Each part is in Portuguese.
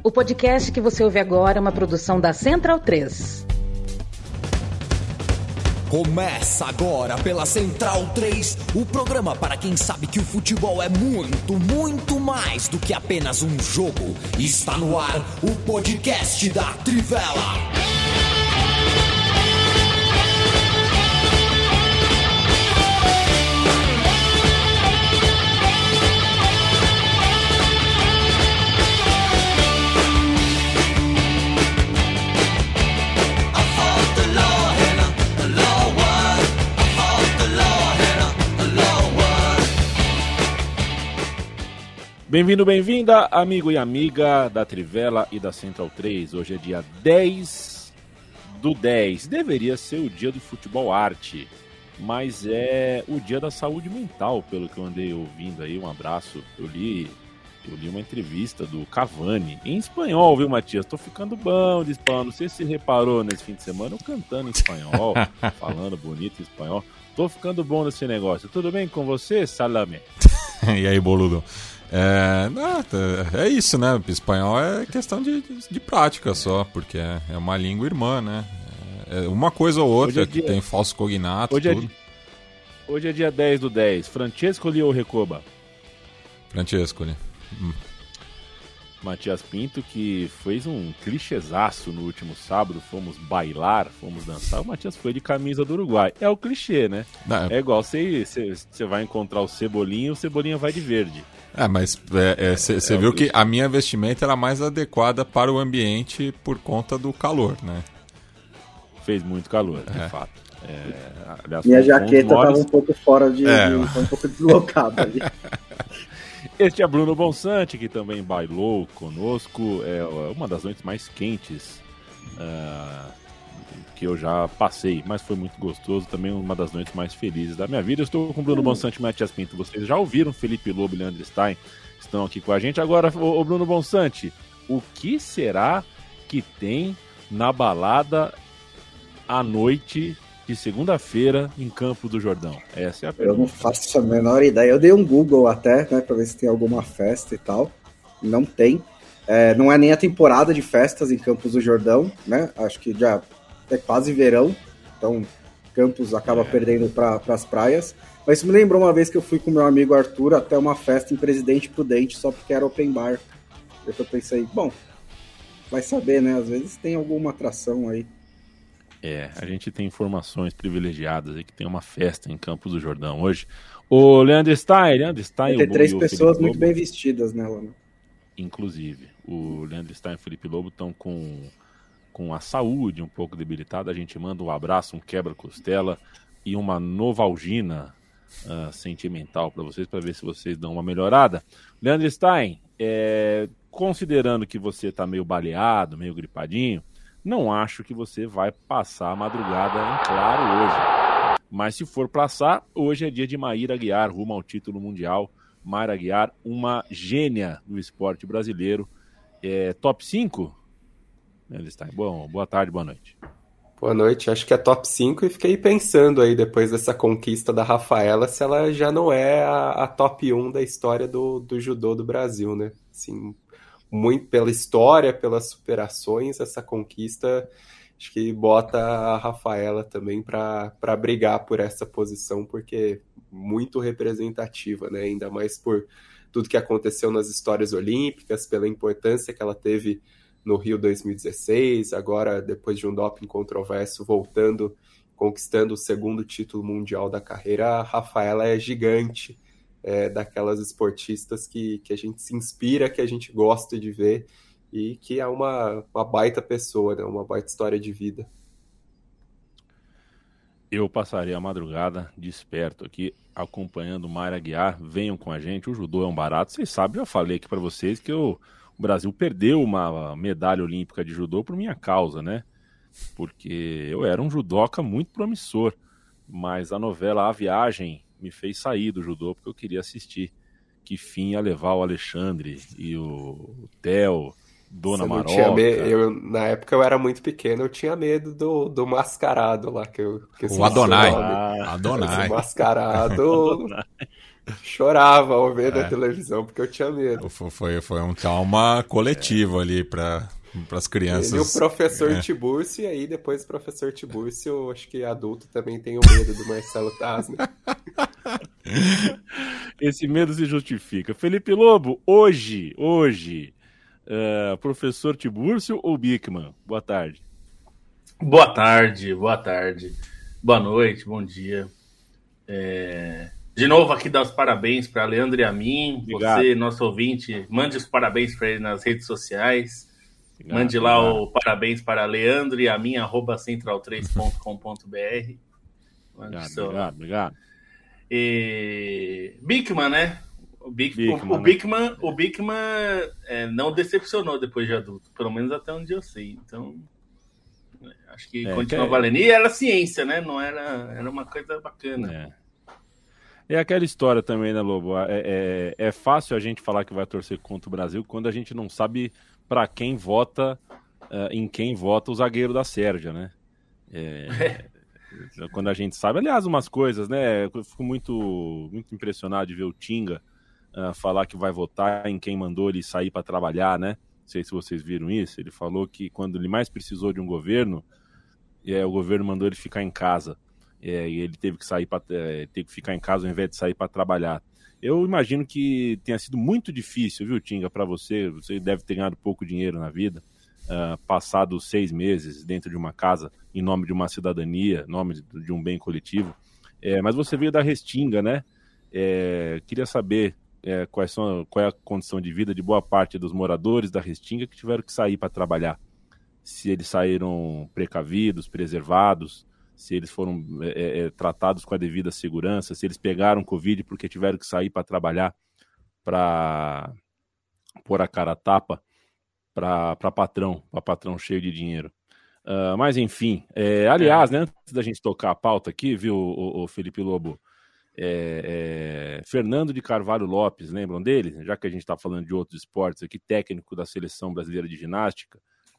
O podcast que você ouve agora é uma produção da Central 3. Começa agora pela Central 3, o programa para quem sabe que o futebol é muito, muito mais do que apenas um jogo. Está no ar o podcast da Trivela. Bem-vindo, bem-vinda, amigo e amiga da Trivela e da Central 3. Hoje é dia 10/10. Deveria ser o dia do futebol arte, mas é o dia da saúde mental, pelo que eu andei ouvindo aí. Um abraço. Eu li uma entrevista do Cavani, em espanhol, viu, Matias? Tô ficando bom de espanhol. Não sei se você reparou nesse fim de semana, eu cantando em espanhol, falando bonito em espanhol. Tô ficando bom nesse negócio. Tudo bem com você, Salame? E aí, boludo? É isso, né? Espanhol é questão de prática só, porque é uma língua irmã, né? É uma coisa ou outra que tem falso cognato, tudo. Hoje é dia 10/10. Francescoli ou Recoba? Francescoli. Matias Pinto, que fez um clichêzaço no último sábado. Fomos bailar, fomos dançar. O Matias foi de camisa do Uruguai. É o clichê, né? É igual você vai encontrar o Cebolinha vai de verde. Mas você viu que a minha vestimenta era mais adequada para o ambiente por conta do calor, né? Fez muito calor, de fato. Aliás, minha jaqueta estava um pouco fora um pouco deslocada ali. Este é Bruno Bonsante, que também bailou conosco. É uma das noites mais quentes que eu já passei, mas foi muito gostoso. Também uma das noites mais felizes da minha vida. Eu estou com Bruno Bonsante e Matias Pinto. Vocês já ouviram Felipe Lobo e Leandro Stein? Estão aqui com a gente. Agora, o Bruno Bonsante, o que será que tem na balada à noite de segunda-feira em Campos do Jordão? Essa é a pergunta. Eu não faço a menor ideia. Eu dei um Google até, né, pra ver se tem alguma festa e tal. Não tem. Não é nem a temporada de festas em Campos do Jordão, né? Acho que já é quase verão, então Campos acaba perdendo para as praias. Mas isso me lembrou uma vez que eu fui com meu amigo Arthur até uma festa em Presidente Prudente, só porque era open bar. Eu pensei, bom, vai saber, né? Às vezes tem alguma atração aí. A gente tem informações privilegiadas aí que tem uma festa em Campos do Jordão hoje. O Leandro Stein... Tem 3 pessoas muito bem vestidas nela, né? Inclusive, o Leandro Stein e o Felipe Lobo estão com a saúde um pouco debilitada. A gente manda um abraço, um quebra-costela e uma novalgina sentimental para vocês, para ver se vocês dão uma melhorada. Leandro Stein, considerando que você está meio baleado, meio gripadinho, não acho que você vai passar a madrugada em claro hoje. Mas se for passar, hoje é dia de Maíra Aguiar, rumo ao título mundial. Maíra Aguiar, uma gênia do esporte brasileiro. Top 5? Ele está bom. Boa tarde, boa noite. Boa noite, acho que é top 5 e fiquei pensando aí, depois dessa conquista da Rafaela, se ela já não é a top 1 da história do judô do Brasil, né? Assim, muito pela história, pelas superações, essa conquista, acho que bota a Rafaela também para brigar por essa posição, porque muito representativa, né? Ainda mais por tudo que aconteceu nas histórias olímpicas, pela importância que ela teve no Rio 2016, agora depois de um doping controverso, voltando, conquistando o 2º título mundial da carreira. A Rafaela é gigante, daquelas esportistas que a gente se inspira, que a gente gosta de ver e que é uma baita pessoa, né? Uma baita história de vida. Eu passaria a madrugada desperto aqui, acompanhando Maíra Aguiar. Venham com a gente, o judô é um barato. Vocês sabem, eu já falei aqui para vocês que o Brasil perdeu uma medalha olímpica de judô por minha causa, né? Porque eu era um judoca muito promissor, mas a novela A Viagem me fez sair do judô porque eu queria assistir que fim ia levar o Alexandre e o Theo, Dona Maroca. Na época eu era muito pequeno, eu tinha medo do mascarado lá. O Adonai. Adonai. O mascarado Chorava ao ver da televisão, porque eu tinha medo. Foi um trauma coletivo ali para as crianças. Ele e o professor Tiburcio, e aí depois o professor Tiburcio, acho que adulto também tem o medo do Marcelo Taz, né? Esse medo se justifica. Felipe Lobo, hoje, professor Tiburcio ou Bickman? Boa tarde. Boa tarde. Boa noite, bom dia. De novo aqui dar os parabéns para Leandro e a mim. Obrigado. Você, nosso ouvinte, mande os parabéns para ele nas redes sociais. Mande lá o parabéns para Leandro e a mim, @central3.com.br. Obrigado. E Bickman, né? O Bickman não decepcionou depois de adulto, pelo menos até onde eu sei. Então, acho que continua valendo. E era ciência, né? Não era uma coisa bacana. É aquela história também, né, Lobo? É fácil a gente falar que vai torcer contra o Brasil quando a gente não sabe para quem vota, em quem vota o zagueiro da Sérvia, né? Quando a gente sabe, aliás, umas coisas, né? Eu fico muito impressionado de ver o Tinga falar que vai votar em quem mandou ele sair para trabalhar, né? Não sei se vocês viram isso. Ele falou que quando ele mais precisou de um governo, o governo mandou ele ficar em casa. E ele teve que ficar em casa ao invés de sair para trabalhar. Eu imagino que tenha sido muito difícil, viu, Tinga, para você. Você deve ter ganhado pouco dinheiro na vida, passado 6 meses dentro de uma casa, em nome de uma cidadania, em nome de um bem coletivo. Mas você veio da Restinga, né? Queria saber qual é a condição de vida de boa parte dos moradores da Restinga que tiveram que sair para trabalhar. Se eles saíram precavidos, preservados, se eles foram tratados com a devida segurança, se eles pegaram Covid porque tiveram que sair para trabalhar, para pôr a cara a tapa para patrão cheio de dinheiro. Mas enfim, aliás, né, antes da gente tocar a pauta aqui, viu, o Felipe Lobo, Fernando de Carvalho Lopes, lembram dele? Já que a gente está falando de outros esportes aqui, técnico da Seleção Brasileira de Ginástica,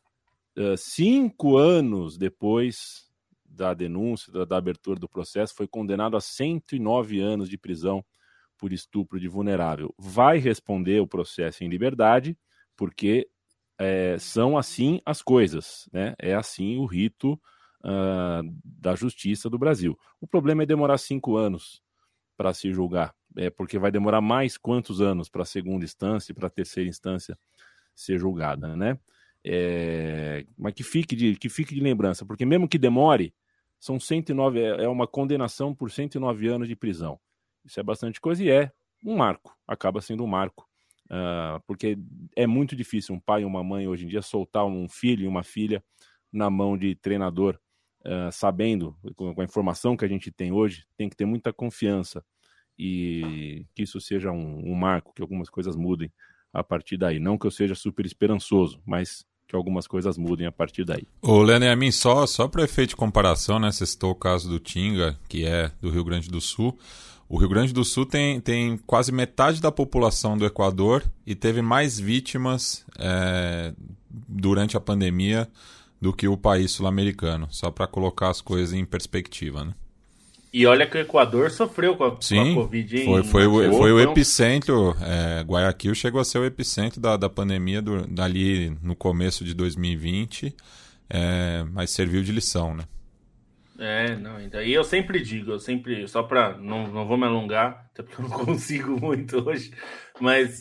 5 anos depois da denúncia, da abertura do processo, foi condenado a 109 anos de prisão por estupro de vulnerável. Vai responder o processo em liberdade, porque são assim as coisas, né? É assim o rito da justiça do Brasil. O problema é demorar 5 anos para se julgar, porque vai demorar mais quantos anos para a segunda instância e para a terceira instância ser julgada, né? Mas que fique de lembrança, porque mesmo que demore, são 109, é uma condenação por 109 anos de prisão. Isso é bastante coisa e é um marco, acaba sendo um marco, porque é muito difícil um pai e uma mãe hoje em dia soltar um filho e uma filha na mão de treinador, sabendo, com a informação que a gente tem hoje, tem que ter muita confiança e que isso seja um marco, que algumas coisas mudem a partir daí. Não que eu seja super esperançoso, mas que algumas coisas mudem a partir daí. Ô, Leandro, e a mim, só para efeito de comparação, né? Você citou o caso do Tinga, que é do Rio Grande do Sul. O Rio Grande do Sul tem quase metade da população do Equador e teve mais vítimas durante a pandemia do que o país sul-americano, só para colocar as coisas em perspectiva, né? E olha que o Equador sofreu com a Covid, hein? Foi o epicentro. Guayaquil chegou a ser o epicentro da pandemia dali no começo de 2020, mas serviu de lição, né? E eu sempre digo, só para não vou me alongar, até porque eu não consigo muito hoje, mas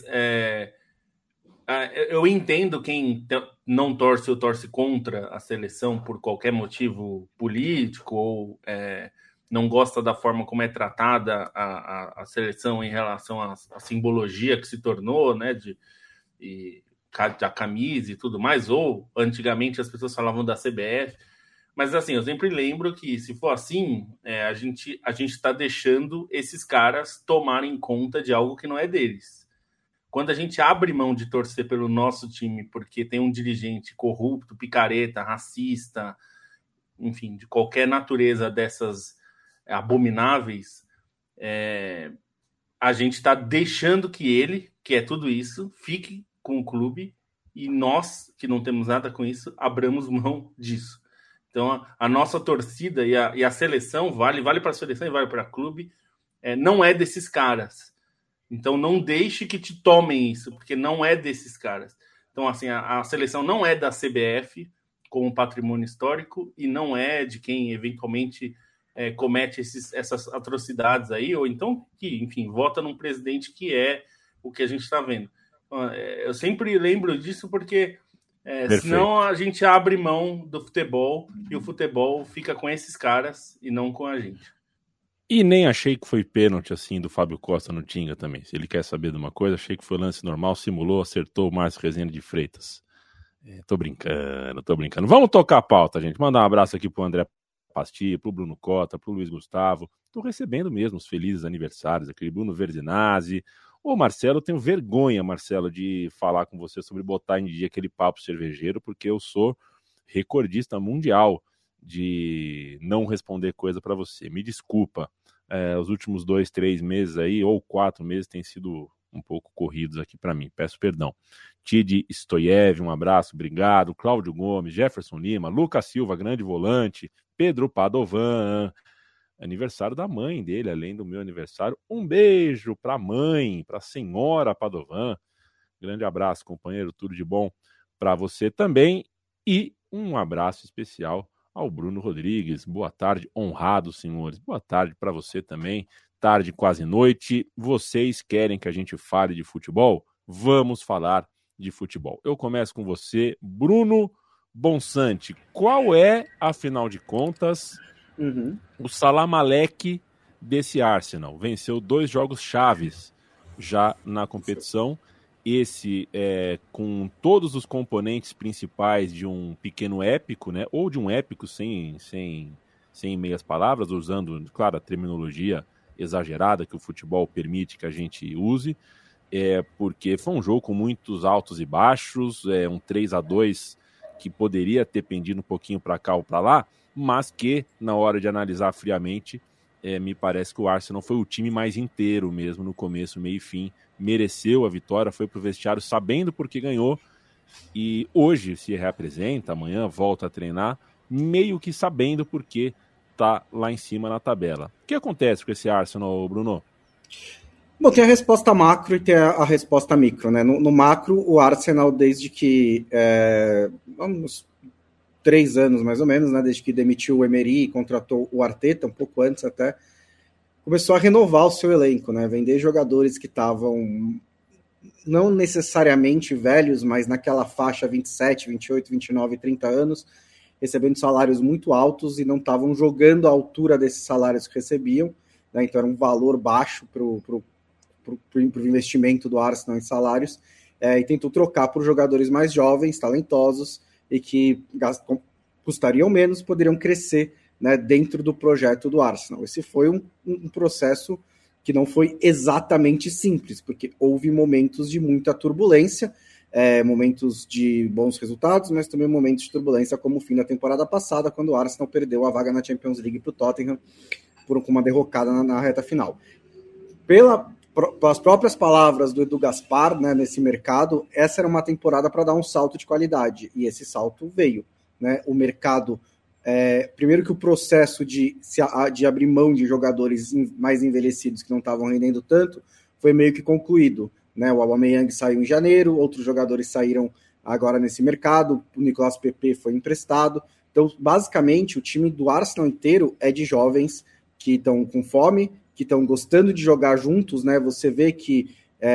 eu entendo quem não torce ou torce contra a seleção por qualquer motivo político ou não gosta da forma como é tratada a seleção em relação à simbologia que se tornou, né, da camisa e tudo mais, ou antigamente as pessoas falavam da CBF, mas assim, eu sempre lembro que se for assim, a gente está deixando esses caras tomarem conta de algo que não é deles. Quando a gente abre mão de torcer pelo nosso time porque tem um dirigente corrupto, picareta, racista, enfim, de qualquer natureza dessas abomináveis, a gente está deixando que ele, que é tudo isso, fique com o clube e nós, que não temos nada com isso, abramos mão disso. Então, a nossa torcida e a seleção, vale para a seleção e vale para o clube, não é desses caras. Então não deixe que te tomem isso, porque não é desses caras. Então, assim, a seleção não é da CBF como patrimônio histórico e não é de quem eventualmente comete essas atrocidades aí, ou então que, enfim, vota num presidente que é o que a gente está vendo. Eu sempre lembro disso porque senão a gente abre mão do futebol e o futebol fica com esses caras e não com a gente. E nem achei que foi pênalti assim do Fábio Costa no Tinga também. Se ele quer saber de uma coisa, achei que foi lance normal, simulou, acertou o Márcio Rezende de Freitas. Tô brincando. Vamos tocar a pauta, gente. Mandar um abraço aqui pro André Pastia, pro Bruno Cota, pro Luiz Gustavo. Tô recebendo mesmo os felizes aniversários, aquele Bruno Verzinazzi. Ô, Marcelo, eu tenho vergonha, Marcelo, de falar com você sobre botar em dia aquele papo cervejeiro, porque eu sou recordista mundial de não responder coisa para você. Me desculpa, os últimos 2, 3 meses aí, ou 4 meses, têm sido um pouco corridos aqui para mim. Peço perdão. Tid Stoiev, um abraço, obrigado. Cláudio Gomes, Jefferson Lima, Lucas Silva, grande volante, Pedro Padovan, aniversário da mãe dele, além do meu aniversário. Um beijo para a mãe, para a senhora Padovan. Grande abraço, companheiro, tudo de bom para você também. E um abraço especial ao Bruno Rodrigues. Boa tarde, honrados senhores. Boa tarde para você também. Tarde, quase noite. Vocês querem que a gente fale de futebol? Vamos falar de futebol. Eu começo com você, Bruno Bonsante. Qual é, afinal de contas, o Salam-Alek desse Arsenal? Venceu 2 jogos chaves já na competição. Esse com todos os componentes principais de um pequeno épico, né? Ou de um épico sem meias palavras, usando, claro, a terminologia exagerada que o futebol permite que a gente use, porque foi um jogo com muitos altos e baixos, um 3-2 que poderia ter pendido um pouquinho para cá ou para lá, mas que, na hora de analisar friamente, me parece que o Arsenal foi o time mais inteiro mesmo, no começo, meio e fim, mereceu a vitória, foi pro vestiário sabendo por que ganhou, e hoje se reapresenta, amanhã volta a treinar, meio que sabendo por que tá lá em cima na tabela. O que acontece com esse Arsenal, Bruno? Bom, tem a resposta macro e tem a resposta micro, né? No macro, o Arsenal, desde que uns 3 anos mais ou menos, né, desde que demitiu o Emery e contratou o Arteta, um pouco antes até, começou a renovar o seu elenco, né, vender jogadores que estavam não necessariamente velhos, mas naquela faixa 27, 28, 29, 30 anos, recebendo salários muito altos e não estavam jogando à altura desses salários que recebiam, né, então era um valor baixo para o investimento do Arsenal em salários, e tentou trocar por jogadores mais jovens, talentosos, e que custariam menos, poderiam crescer, né, dentro do projeto do Arsenal. Esse foi um processo que não foi exatamente simples, porque houve momentos de muita turbulência, momentos de bons resultados, mas também momentos de turbulência, como o fim da temporada passada, quando o Arsenal perdeu a vaga na Champions League para o Tottenham com uma derrocada na reta final. Pelas próprias palavras do Edu Gaspar, né, nesse mercado, essa era uma temporada para dar um salto de qualidade, e esse salto veio, né? O mercado, primeiro que o processo de abrir mão de jogadores mais envelhecidos que não estavam rendendo tanto, foi meio que concluído, né? O Aubameyang saiu em janeiro, outros jogadores saíram agora nesse mercado, o Nicolas Pepe foi emprestado, então basicamente o time do Arsenal inteiro é de jovens que estão com fome, que estão gostando de jogar juntos, né? Você vê que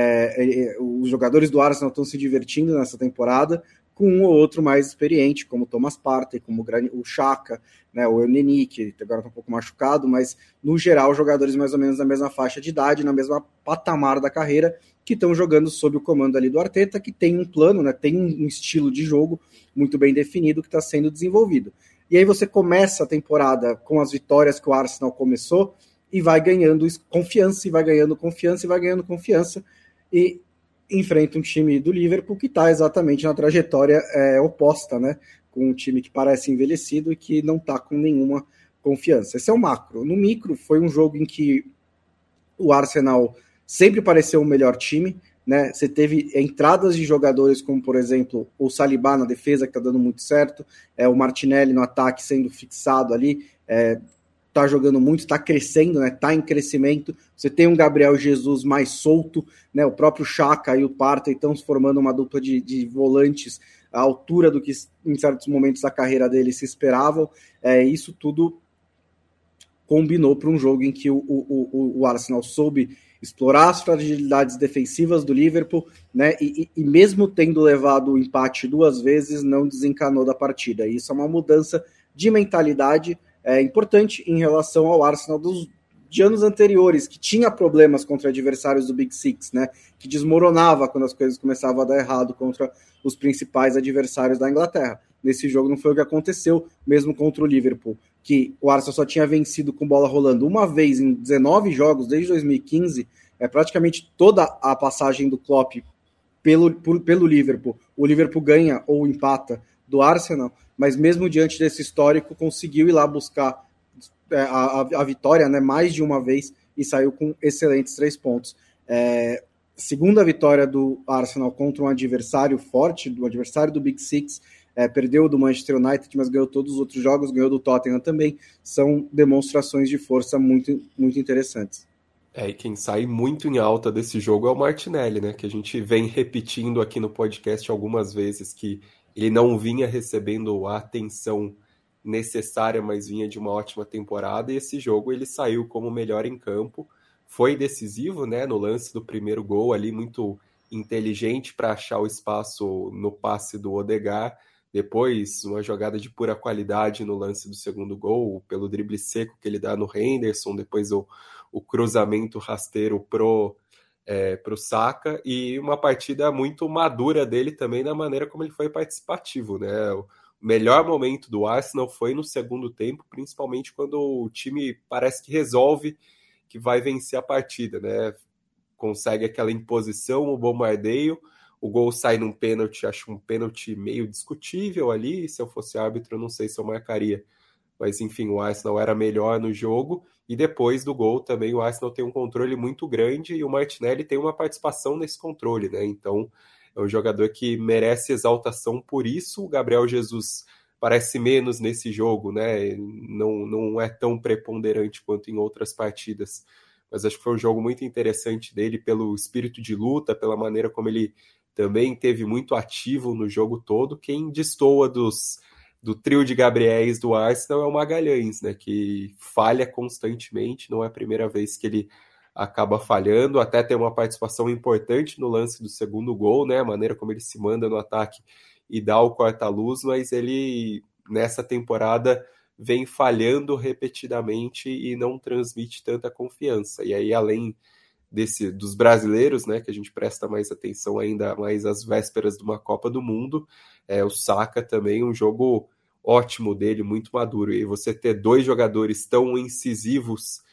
os jogadores do Arsenal estão se divertindo nessa temporada, com um ou outro mais experiente, como o Thomas Partey, como o Xhaka, né? O Elneny, que agora está um pouco machucado, mas no geral jogadores mais ou menos na mesma faixa de idade, na mesma patamar da carreira, que estão jogando sob o comando ali do Arteta, que tem um plano, né? Tem um estilo de jogo muito bem definido que está sendo desenvolvido. E aí você começa a temporada com as vitórias que o Arsenal começou, e vai ganhando confiança, e vai ganhando confiança, e vai ganhando confiança, e enfrenta um time do Liverpool que está exatamente na trajetória oposta, né? Com um time que parece envelhecido e que não está com nenhuma confiança. Esse é o macro. No micro, foi um jogo em que o Arsenal sempre pareceu o melhor time, né? Você teve entradas de jogadores como, por exemplo, o Saliba na defesa, que está dando muito certo, o Martinelli no ataque sendo fixado ali, tá jogando muito, tá crescendo, né? Tá em crescimento. Você tem um Gabriel Jesus mais solto, né? O próprio Xhaka e o Partey estão se formando uma dupla de volantes à altura do que em certos momentos da carreira dele se esperavam. Isso tudo combinou para um jogo em que o Arsenal soube explorar as fragilidades defensivas do Liverpool, né? E mesmo tendo levado o empate 2 vezes, não desencanou da partida. E isso é uma mudança de mentalidade importante em relação ao Arsenal de anos anteriores, que tinha problemas contra adversários do Big Six, né? Que desmoronava quando as coisas começavam a dar errado contra os principais adversários da Inglaterra. Nesse jogo não foi o que aconteceu, mesmo contra o Liverpool, que o Arsenal só tinha vencido com bola rolando uma vez em 19 jogos desde 2015, praticamente toda a passagem do Klopp pelo Liverpool. O Liverpool ganha ou empata do Arsenal, mas mesmo diante desse histórico conseguiu ir lá buscar a vitória, né, mais de uma vez, e saiu com excelentes 3 pontos. Segunda vitória do Arsenal contra um adversário forte, do adversário do Big Six. Perdeu do Manchester United, mas ganhou todos os outros jogos, ganhou do Tottenham também. São demonstrações de força muito, muito interessantes. E quem sai muito em alta desse jogo é o Martinelli, né? Que a gente vem repetindo aqui no podcast algumas vezes que ele não vinha recebendo a atenção necessária, mas vinha de uma ótima temporada, e esse jogo ele saiu como melhor em campo. Foi decisivo, né? No lance do primeiro gol ali, muito inteligente para achar o espaço no passe do Odegaard. Depois, uma jogada de pura qualidade no lance do segundo gol, pelo drible seco que ele dá no Henderson, depois o cruzamento rasteiro pro Saka, e uma partida muito madura dele também na maneira como ele foi participativo, né? O melhor momento do Arsenal foi no segundo tempo, principalmente quando o time parece que resolve que vai vencer a partida, né? Consegue aquela imposição, o bombardeio. O gol sai num pênalti, acho um pênalti meio discutível ali. Se eu fosse árbitro, eu não sei se eu marcaria. Mas, enfim, o Arsenal era melhor no jogo. E depois do gol também o Arsenal tem um controle muito grande e o Martinelli tem uma participação nesse controle, né? Então, é um jogador que merece exaltação por isso. O Gabriel Jesus parece menos nesse jogo, né? Não é tão preponderante quanto em outras partidas. Mas acho que foi um jogo muito interessante dele pelo espírito de luta, pela maneira como ele também teve muito ativo no jogo todo. Quem destoa do trio de Gabriéis do Arsenal é o Magalhães, né, que falha constantemente, não é a primeira vez que ele acaba falhando, até tem uma participação importante no lance do segundo gol, né, a maneira como ele se manda no ataque e dá o corta-luz, mas ele, nessa temporada, vem falhando repetidamente e não transmite tanta confiança. E aí, além dos brasileiros, né, que a gente presta mais atenção ainda mais às vésperas de uma Copa do Mundo, o Saka também, um jogo ótimo dele, muito maduro. E você ter 2 jogadores tão incisivos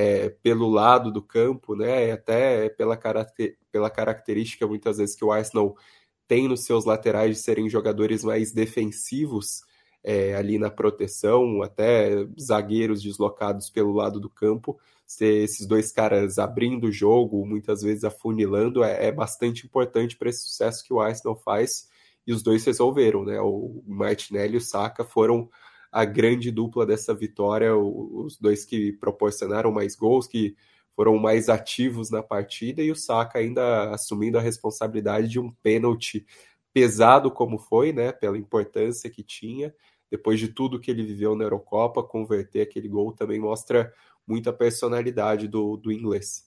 pelo lado do campo, né, até pela característica muitas vezes que o Arsenal tem nos seus laterais de serem jogadores mais defensivos, ali na proteção, até zagueiros deslocados pelo lado do campo, ser esses 2 caras abrindo o jogo, muitas vezes afunilando, é bastante importante para esse sucesso que o Arsenal faz, e os 2 resolveram, né? O Martinelli e o Saka foram a grande dupla dessa vitória, os 2 que proporcionaram mais gols, que foram mais ativos na partida, e o Saka ainda assumindo a responsabilidade de um pênalti pesado como foi, né? Pela importância que tinha, depois de tudo que ele viveu na Eurocopa, converter aquele gol também mostra muita personalidade do inglês.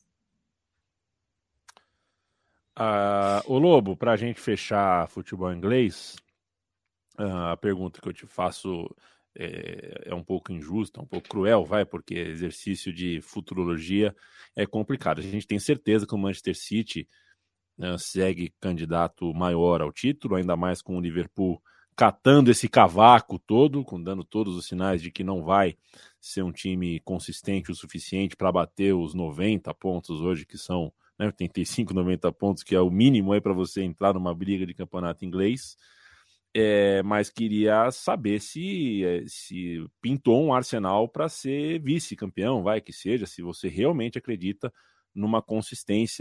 Ô Lobo, para a gente fechar futebol inglês, a pergunta que eu te faço é um pouco injusta, um pouco cruel, porque exercício de futurologia é complicado. A gente tem certeza que o Manchester City segue candidato maior ao título, ainda mais com o Liverpool catando esse cavaco todo, dando todos os sinais de que não vai ser um time consistente o suficiente para bater os 90 pontos hoje, que são 85, 90 pontos, que é o mínimo para você entrar numa briga de campeonato inglês. Mas queria saber se pintou um Arsenal para ser vice-campeão, que seja, se você realmente acredita numa consistência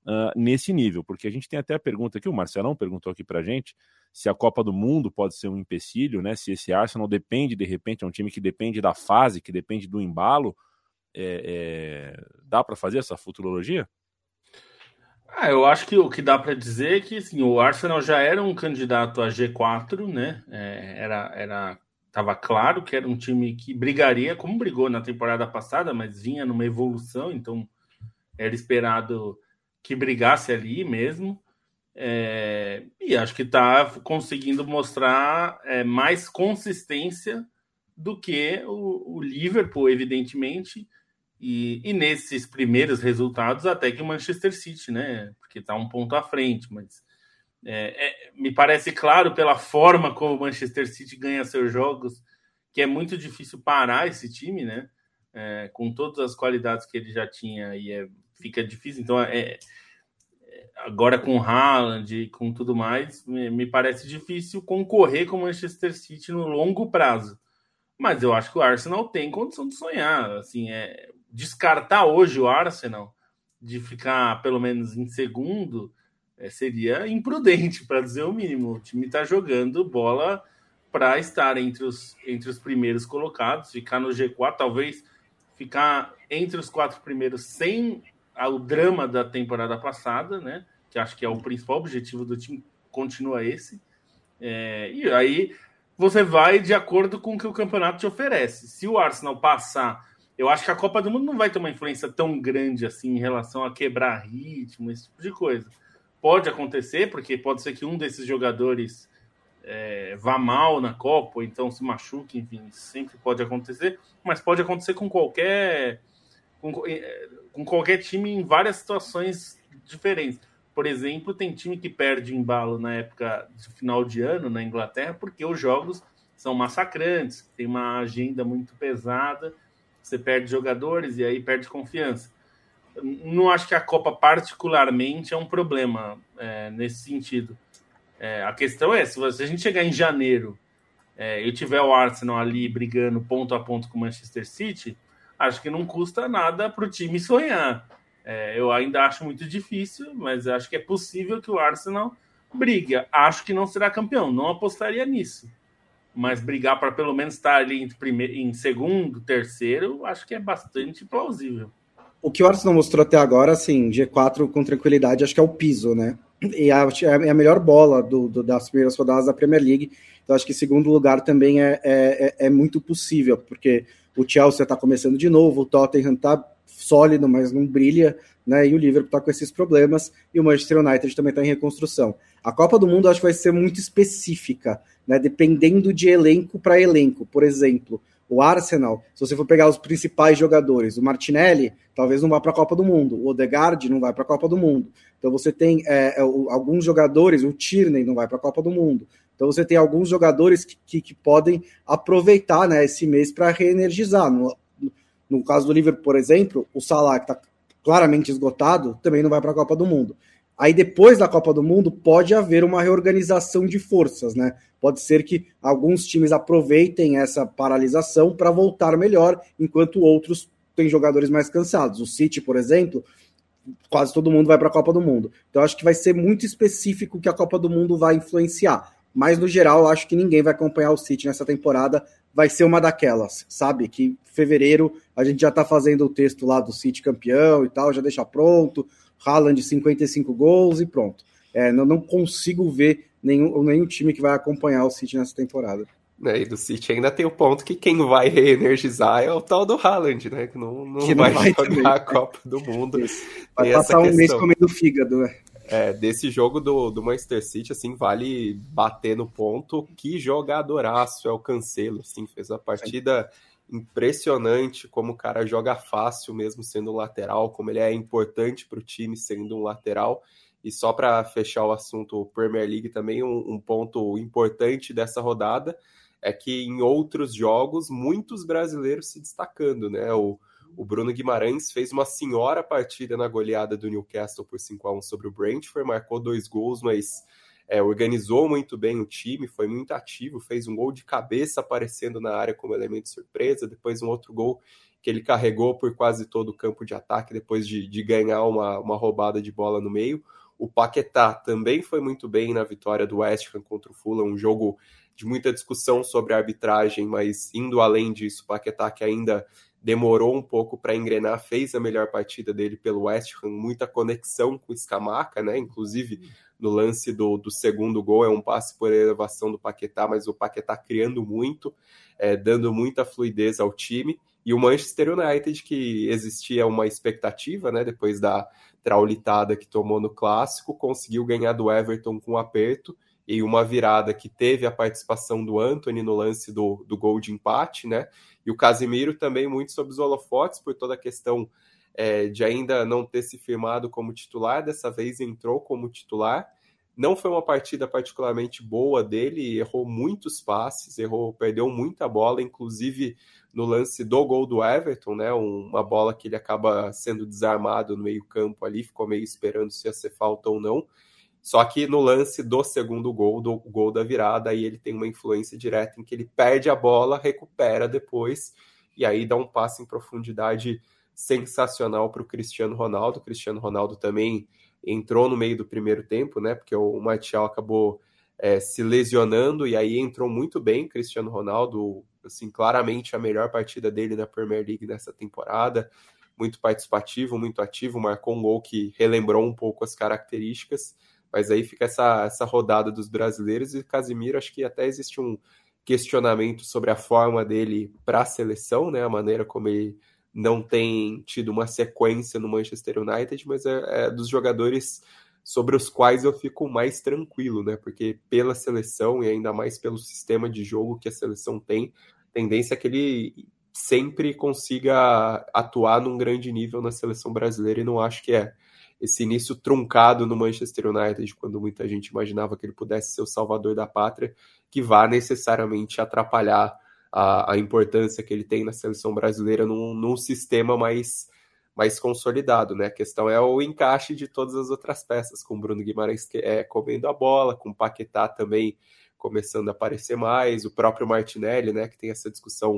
nesse nível, porque a gente tem até a pergunta aqui, o Marcelão perguntou aqui pra gente, se a Copa do Mundo pode ser um empecilho, né? Se esse Arsenal depende, de repente, é um time que depende da fase, que depende do embalo, dá para fazer essa futurologia? Eu acho que o que dá para dizer é que assim, o Arsenal já era um candidato a G4, né? Tava claro que era um time que brigaria, como brigou na temporada passada, mas vinha numa evolução, então era esperado que brigasse ali mesmo. E acho que está conseguindo mostrar mais consistência do que o Liverpool, evidentemente, e nesses primeiros resultados até que o Manchester City, né? Porque está um ponto à frente, mas me parece claro pela forma como o Manchester City ganha seus jogos que é muito difícil parar esse time, né? Com todas as qualidades que ele já tinha e fica difícil. Então, agora com o Haaland e com tudo mais, me parece difícil concorrer com o Manchester City no longo prazo. Mas eu acho que o Arsenal tem condição de sonhar. Assim, descartar hoje o Arsenal de ficar pelo menos em segundo seria imprudente, para dizer o mínimo. O time está jogando bola para estar entre os primeiros colocados, ficar no G4, talvez ficar entre os 4 primeiros sem o drama da temporada passada, né? Que acho que é o principal objetivo do time, continua esse. E aí você vai de acordo com o que o campeonato te oferece. Se o Arsenal passar, eu acho que a Copa do Mundo não vai ter uma influência tão grande assim em relação a quebrar ritmo, esse tipo de coisa. Pode acontecer, porque pode ser que um desses jogadores vá mal na Copa, ou então se machuque, enfim, sempre pode acontecer, mas pode acontecer com qualquer time em várias situações diferentes. Por exemplo, tem time que perde embalo na época de final de ano na Inglaterra porque os jogos são massacrantes, tem uma agenda muito pesada, você perde jogadores e aí perde confiança. Não acho que a Copa particularmente é um problema nesse sentido. A questão se a gente chegar em janeiro e tiver o Arsenal ali brigando ponto a ponto com o Manchester City, acho que não custa nada para o time sonhar. Eu ainda acho muito difícil, mas acho que é possível que o Arsenal brigue. Acho que não será campeão, não apostaria nisso. Mas brigar para pelo menos estar ali em segundo, terceiro, acho que é bastante plausível. O que o Arsenal mostrou até agora, assim, G4 com tranquilidade, acho que é o piso, né? E é a melhor bola das primeiras rodadas da Premier League. Então acho que segundo lugar também é muito possível, porque o Chelsea está começando de novo, o Tottenham está sólido, mas não brilha, né? E o Liverpool está com esses problemas, e o Manchester United também está em reconstrução. A Copa do Mundo acho que vai ser muito específica, né? Dependendo de elenco para elenco. Por exemplo, o Arsenal, se você for pegar os principais jogadores, o Martinelli talvez não vá para a Copa do Mundo, o Odegaard não vai para a Copa do Mundo. Então você tem alguns jogadores, o Tierney não vai para a Copa do Mundo. Então você tem alguns jogadores que podem aproveitar, né, esse mês para reenergizar. No caso do Liverpool, por exemplo, o Salah, que está claramente esgotado, também não vai para a Copa do Mundo. Aí depois da Copa do Mundo pode haver uma reorganização de forças, né? Pode ser que alguns times aproveitem essa paralisação para voltar melhor, enquanto outros têm jogadores mais cansados. O City, por exemplo, quase todo mundo vai para a Copa do Mundo. Então acho que vai ser muito específico que a Copa do Mundo vai influenciar. Mas no geral, acho que ninguém vai acompanhar o City nessa temporada. Vai ser uma daquelas, sabe? Que em fevereiro a gente já tá fazendo o texto lá do City campeão e tal, já deixa pronto. Haaland 55 gols e pronto. Não consigo ver nenhum time que vai acompanhar o City nessa temporada. E do City ainda tem o ponto que quem vai reenergizar é o tal do Haaland, né? Que não vai jogar também a Copa do Mundo. Vai passar um mês comendo fígado, né? Desse jogo do Manchester City, assim, vale bater no ponto. Que jogadoraço é o Cancelo, assim, fez a partida impressionante, como o cara joga fácil mesmo sendo um lateral, como ele é importante para o time sendo um lateral. E só para fechar o assunto Premier League também, um ponto importante dessa rodada é que em outros jogos, muitos brasileiros se destacando, né? O Bruno Guimarães fez uma senhora partida na goleada do Newcastle por 5-1 sobre o Brentford, marcou 2 gols, mas organizou muito bem o time, foi muito ativo, fez um gol de cabeça aparecendo na área como elemento de surpresa, depois um outro gol que ele carregou por quase todo o campo de ataque depois de ganhar uma roubada de bola no meio. O Paquetá também foi muito bem na vitória do West Ham contra o Fulham, um jogo de muita discussão sobre a arbitragem, mas indo além disso, o Paquetá, que ainda demorou um pouco para engrenar, fez a melhor partida dele pelo West Ham, muita conexão com o Scamacca, né? Inclusive no lance do segundo gol, é um passe por elevação do Paquetá, mas o Paquetá criando muito, dando muita fluidez ao time. E o Manchester United, que existia uma expectativa, né, depois da traulitada que tomou no Clássico, conseguiu ganhar do Everton com aperto, e uma virada que teve a participação do Antony no lance do gol de empate, né? E o Casemiro também muito sob os holofotes por toda a questão de ainda não ter se firmado como titular, dessa vez entrou como titular. Não foi uma partida particularmente boa dele, errou muitos passes, perdeu muita bola, inclusive no lance do gol do Everton, né? Uma bola que ele acaba sendo desarmado no meio-campo ali, ficou meio esperando se ia ser falta ou não. Só que no lance do segundo gol, do gol da virada, aí ele tem uma influência direta em que ele perde a bola, recupera depois, e aí dá um passe em profundidade sensacional para o Cristiano Ronaldo. O Cristiano Ronaldo também entrou no meio do primeiro tempo, né? Porque o Martial acabou se lesionando, e aí entrou muito bem Cristiano Ronaldo, assim, claramente a melhor partida dele na Premier League nessa temporada, muito participativo, muito ativo, marcou um gol que relembrou um pouco as características. Mas aí fica essa rodada dos brasileiros, e o Casemiro, acho que até existe um questionamento sobre a forma dele para a seleção, né? A maneira como ele não tem tido uma sequência no Manchester United, mas é dos jogadores sobre os quais eu fico mais tranquilo, né? Porque pela seleção e ainda mais pelo sistema de jogo que a seleção tem, tendência é que ele sempre consiga atuar num grande nível na seleção brasileira, e não acho que esse início truncado no Manchester United, quando muita gente imaginava que ele pudesse ser o salvador da pátria, que vá necessariamente atrapalhar a importância que ele tem na seleção brasileira num sistema mais consolidado, né? A questão é o encaixe de todas as outras peças, com o Bruno Guimarães comendo a bola, com o Paquetá também começando a aparecer mais, o próprio Martinelli, né, que tem essa discussão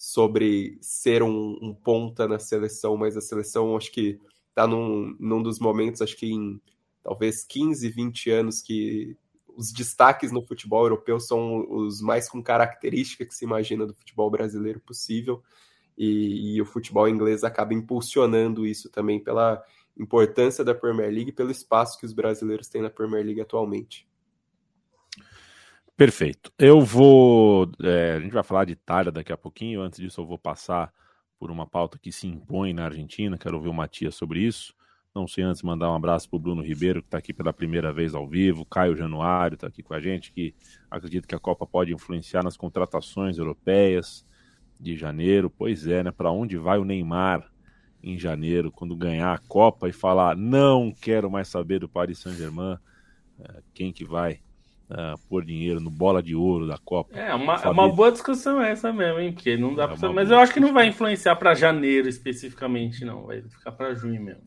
sobre ser um ponta na seleção, mas a seleção acho que está num dos momentos, acho que em talvez 15, 20 anos, que os destaques no futebol europeu são os mais com característica que se imagina do futebol brasileiro possível, e o futebol inglês acaba impulsionando isso também pela importância da Premier League e pelo espaço que os brasileiros têm na Premier League atualmente. Perfeito. A gente vai falar de Itália daqui a pouquinho. Antes disso, eu vou passar por uma pauta que se impõe na Argentina. Quero ouvir o Matias sobre isso. Não sei antes mandar um abraço para o Bruno Ribeiro, que está aqui pela primeira vez ao vivo. Caio Januário está aqui com a gente, que acredita que a Copa pode influenciar nas contratações europeias de janeiro. Pois é, né? Para onde vai o Neymar em janeiro, quando ganhar a Copa e falar não quero mais saber do Paris Saint-Germain? Quem que vai pôr dinheiro no bola de ouro da Copa? É uma boa discussão essa mesmo, hein? Porque não dá pra... Mas eu acho que não vai influenciar para janeiro especificamente, não. Vai ficar para junho mesmo.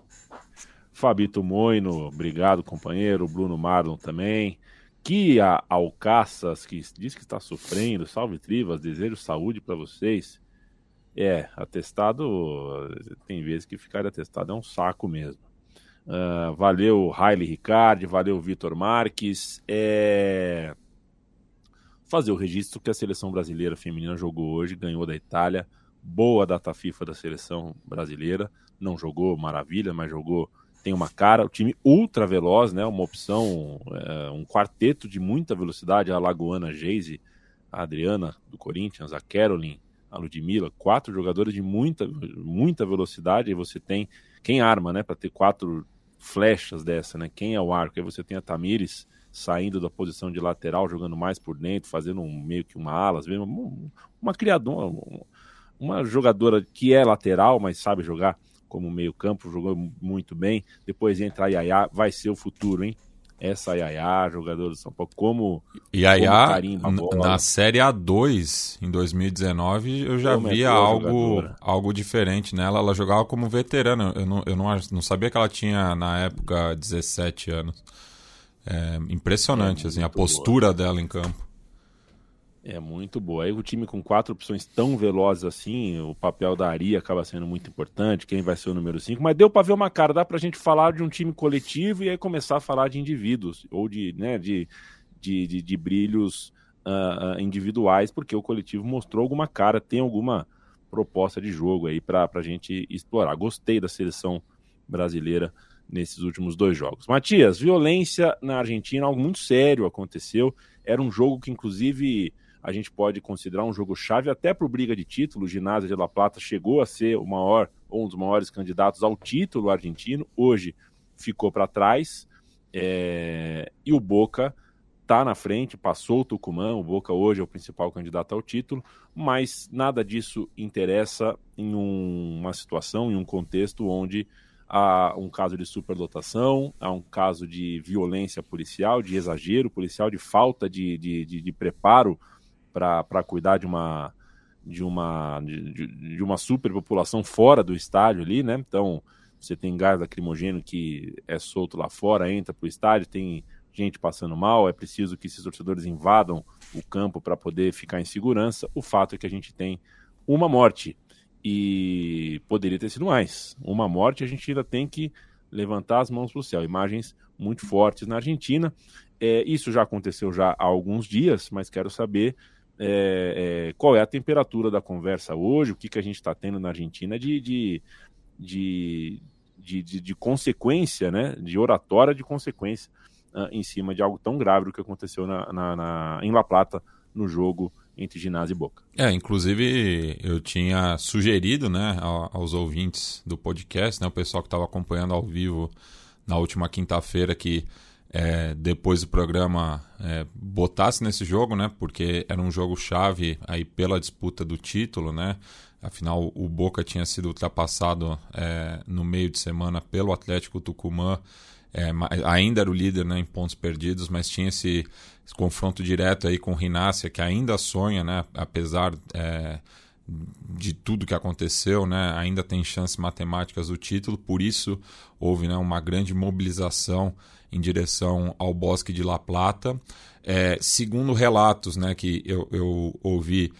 Fabito Moino, obrigado, companheiro. Bruno Marlon também. Kia Alcaças, que diz que está sofrendo. Salve, Trivas. Desejo saúde para vocês. Atestado, tem vezes que ficar atestado é um saco mesmo. Valeu, Riley Ricardi, valeu, Vitor Marques. Fazer o registro que a seleção brasileira feminina jogou hoje, ganhou da Itália. Boa data FIFA da seleção brasileira. Não jogou maravilha, mas jogou, tem uma cara. O time ultra veloz, né? Uma opção, um quarteto de muita velocidade. A Lagoana, Geise, a Adriana do Corinthians, a Caroline, a Ludmilla. 4 jogadores de muita velocidade. E você tem quem arma, né? Para ter 4 flechas dessa, né? Quem é o arco? Aí você tem a Tamires saindo da posição de lateral, jogando mais por dentro, fazendo meio que uma ala, uma criadora, uma jogadora que é lateral, mas sabe jogar como meio campo, jogou muito bem. Depois entra a Yaya, vai ser o futuro, hein? Essa Yaya, jogador do São Paulo, como Yaya, na Série A2, em 2019, eu já via algo diferente nela. Ela jogava como veterana. Eu não sabia que ela tinha, na época, 17 anos. Impressionante, assim, a postura dela em campo. É muito boa. Aí o time com 4 opções tão velozes assim, o papel da Ari acaba sendo muito importante, quem vai ser o número 5, mas deu para ver uma cara, dá pra gente falar de um time coletivo e aí começar a falar de indivíduos, ou de brilhos individuais, porque o coletivo mostrou alguma cara, tem alguma proposta de jogo aí pra gente explorar. Gostei da seleção brasileira nesses últimos 2 jogos. Matias, violência na Argentina, algo muito sério aconteceu, era um jogo que inclusive a gente pode considerar um jogo chave até para o briga de título. O Ginásio de La Plata chegou a ser um dos maiores candidatos ao título argentino, hoje ficou para trás, e o Boca está na frente, passou o Tucumã, o Boca hoje é o principal candidato ao título, mas nada disso interessa em uma situação, em um contexto onde há um caso de superlotação, há um caso de violência policial, de exagero policial, de falta de preparo para cuidar de uma superpopulação fora do estádio ali, né? Então, você tem gás lacrimogêneo que é solto lá fora, entra para o estádio, tem gente passando mal, é preciso que esses torcedores invadam o campo para poder ficar em segurança. O fato é que a gente tem uma morte e poderia ter sido mais. Uma morte, a gente ainda tem que levantar as mãos para o céu. Imagens muito fortes na Argentina. Isso já aconteceu já há alguns dias, mas quero saber qual é a temperatura da conversa hoje, o que a gente está tendo na Argentina de consequência, né, de oratória de consequência em cima de algo tão grave do que aconteceu em La Plata no jogo entre Ginásio e Boca. Inclusive eu tinha sugerido, né, aos ouvintes do podcast, né, o pessoal que estava acompanhando ao vivo na última quinta-feira, que depois do programa botasse nesse jogo, né, porque era um jogo chave aí pela disputa do título, né, afinal o Boca tinha sido ultrapassado no meio de semana pelo Atlético Tucumã, ainda era o líder, né, em pontos perdidos, mas tinha esse confronto direto aí com o Rinácia, que ainda sonha, né, apesar de tudo que aconteceu, né, ainda tem chances matemáticas do título, por isso houve, né, uma grande mobilização em direção ao Bosque de La Plata. Segundo relatos, né, que eu ouvi,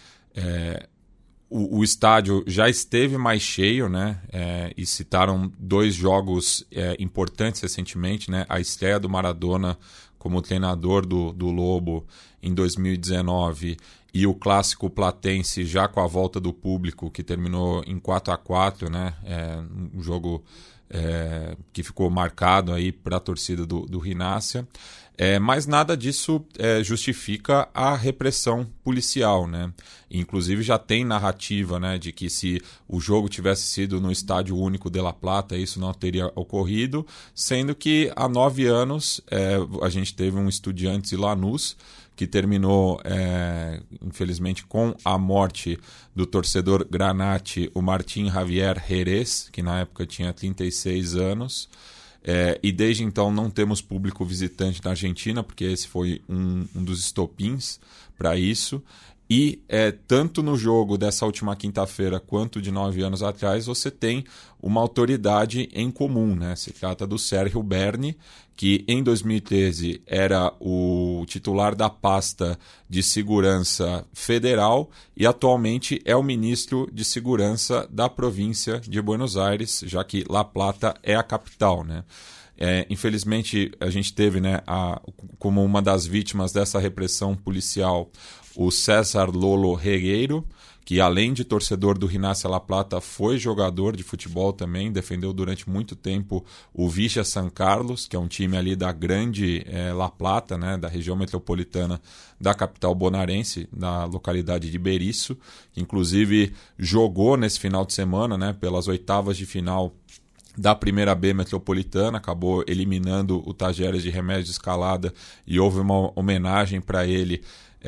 o estádio já esteve mais cheio, né, e citaram 2 jogos importantes recentemente, né, a estreia do Maradona como treinador do Lobo em 2019 e o clássico platense já com a volta do público, que terminou em 4-4, né, um jogo que ficou marcado aí para a torcida do Rinácia. Mas nada disso justifica a repressão policial, né? Inclusive já tem narrativa, né, de que se o jogo tivesse sido no Estádio Único de La Plata, isso não teria ocorrido, sendo que há 9 anos a gente teve um Estudiantes e Lanús, que terminou, infelizmente, com a morte do torcedor granate, o Martín Javier Jerez, que na época tinha 36 anos. E desde então não temos público visitante na Argentina, porque esse foi um dos estopins para isso. E tanto no jogo dessa última quinta-feira quanto de 9 anos atrás, você tem uma autoridade em comum, né? Se trata do Sérgio Berni, que em 2013 era o titular da pasta de segurança federal e atualmente é o ministro de segurança da província de Buenos Aires, já que La Plata é a capital, né? Infelizmente, a gente teve, né, como uma das vítimas dessa repressão policial o César Lolo Regueiro, que além de torcedor do Rinácia La Plata, foi jogador de futebol também, defendeu durante muito tempo o Villa San Carlos, que é um time ali da grande La Plata, né, da região metropolitana da capital bonaerense, na localidade de Berisso, que inclusive jogou nesse final de semana, né, pelas oitavas de final da primeira B metropolitana, acabou eliminando o Tajeres de Remédio Escalada e houve uma homenagem para ele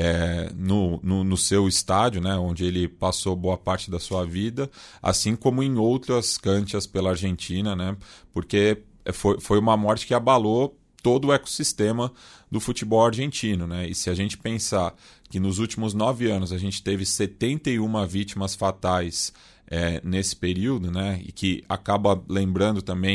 no seu estádio, né, onde ele passou boa parte da sua vida, assim como em outras canchas pela Argentina, né, porque foi uma morte que abalou todo o ecossistema do futebol argentino, né? E se a gente pensar que nos últimos 9 anos a gente teve 71 vítimas fatais nesse período, né, e que acaba lembrando também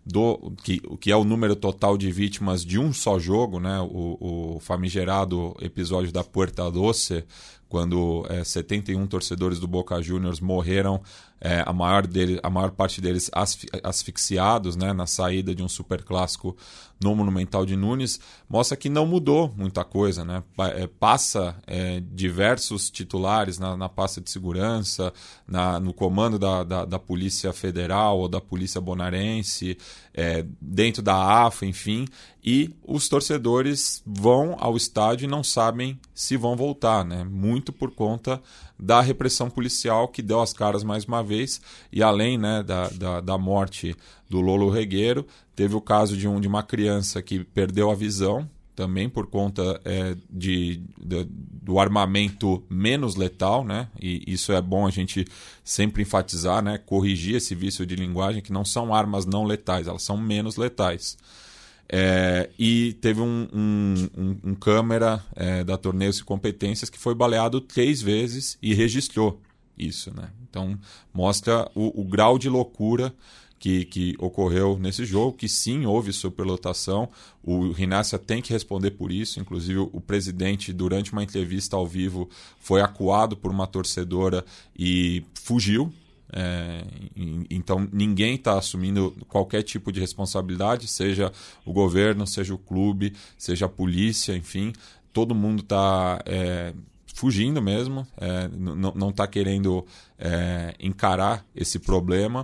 que é o número total de vítimas de um só jogo, né? O famigerado episódio da Puerta Doce, quando 71 torcedores do Boca Juniors morreram, a maior parte deles asfixiados, né, na saída de um superclássico no Monumental de Nunes, mostra que não mudou muita coisa, né? Passa diversos titulares na pasta de segurança, no comando da Polícia Federal ou da Polícia Bonaerense, dentro da AFA, enfim, e os torcedores vão ao estádio e não sabem se vão voltar, né? Muito por conta da repressão policial que deu as caras mais uma vez, e além, né, da morte do Lolo Regueiro, teve o caso de uma criança que perdeu a visão, também por conta do armamento menos letal, né? E isso é bom a gente sempre enfatizar, né? Corrigir esse vício de linguagem, que não são armas não letais, elas são menos letais. E teve um câmera da Torneios e Competências que foi baleado 3 vezes e registrou isso, né? Então mostra o grau de loucura que ocorreu nesse jogo, que sim, houve superlotação. O Rinácia tem que responder por isso. Inclusive o presidente, durante uma entrevista ao vivo, foi acuado por uma torcedora e fugiu. Então ninguém está assumindo qualquer tipo de responsabilidade, seja o governo, seja o clube, seja a polícia, enfim, todo mundo está fugindo mesmo, não está querendo encarar esse problema,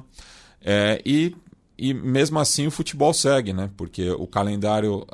e mesmo assim o futebol segue, né? Porque o calendário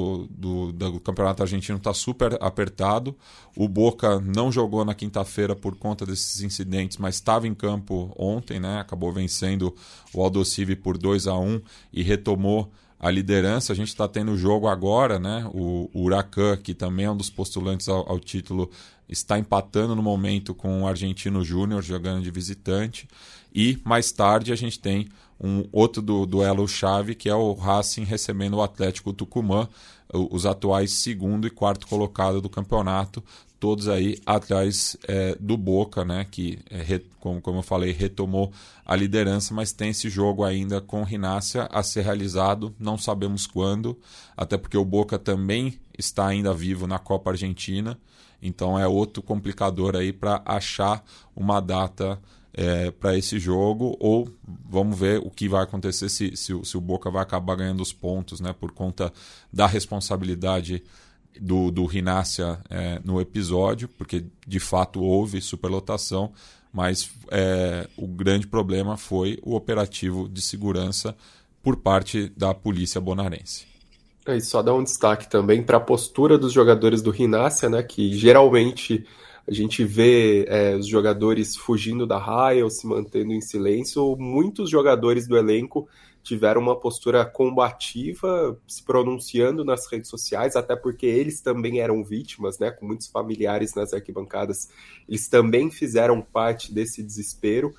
do Campeonato Argentino está super apertado. O Boca não jogou na quinta-feira por conta desses incidentes, mas estava em campo ontem, né? Acabou vencendo o Aldosivi por 2-1 e retomou a liderança. A gente está tendo jogo agora, né? O Huracan, que também é um dos postulantes ao título, está empatando no momento com o Argentino Júnior, jogando de visitante. E mais tarde a gente tem um outro duelo-chave, que é o Racing recebendo o Atlético Tucumã, os atuais 2º e 4º colocado do campeonato, todos aí atrás do Boca, né, que, como eu falei, retomou a liderança, mas tem esse jogo ainda com o Rinácia a ser realizado, não sabemos quando, até porque o Boca também está ainda vivo na Copa Argentina, então é outro complicador aí para achar uma data para esse jogo, ou vamos ver o que vai acontecer se o Boca vai acabar ganhando os pontos, né, por conta da responsabilidade do Rinácia no episódio, porque de fato houve superlotação, mas o grande problema foi o operativo de segurança por parte da polícia bonaerense. E só dar um destaque também para a postura dos jogadores do Rinácia, né, que geralmente a gente vê os jogadores fugindo da raia ou se mantendo em silêncio. Muitos jogadores do elenco tiveram uma postura combativa, se pronunciando nas redes sociais, até porque eles também eram vítimas, né, com muitos familiares nas arquibancadas. Eles também fizeram parte desse desespero,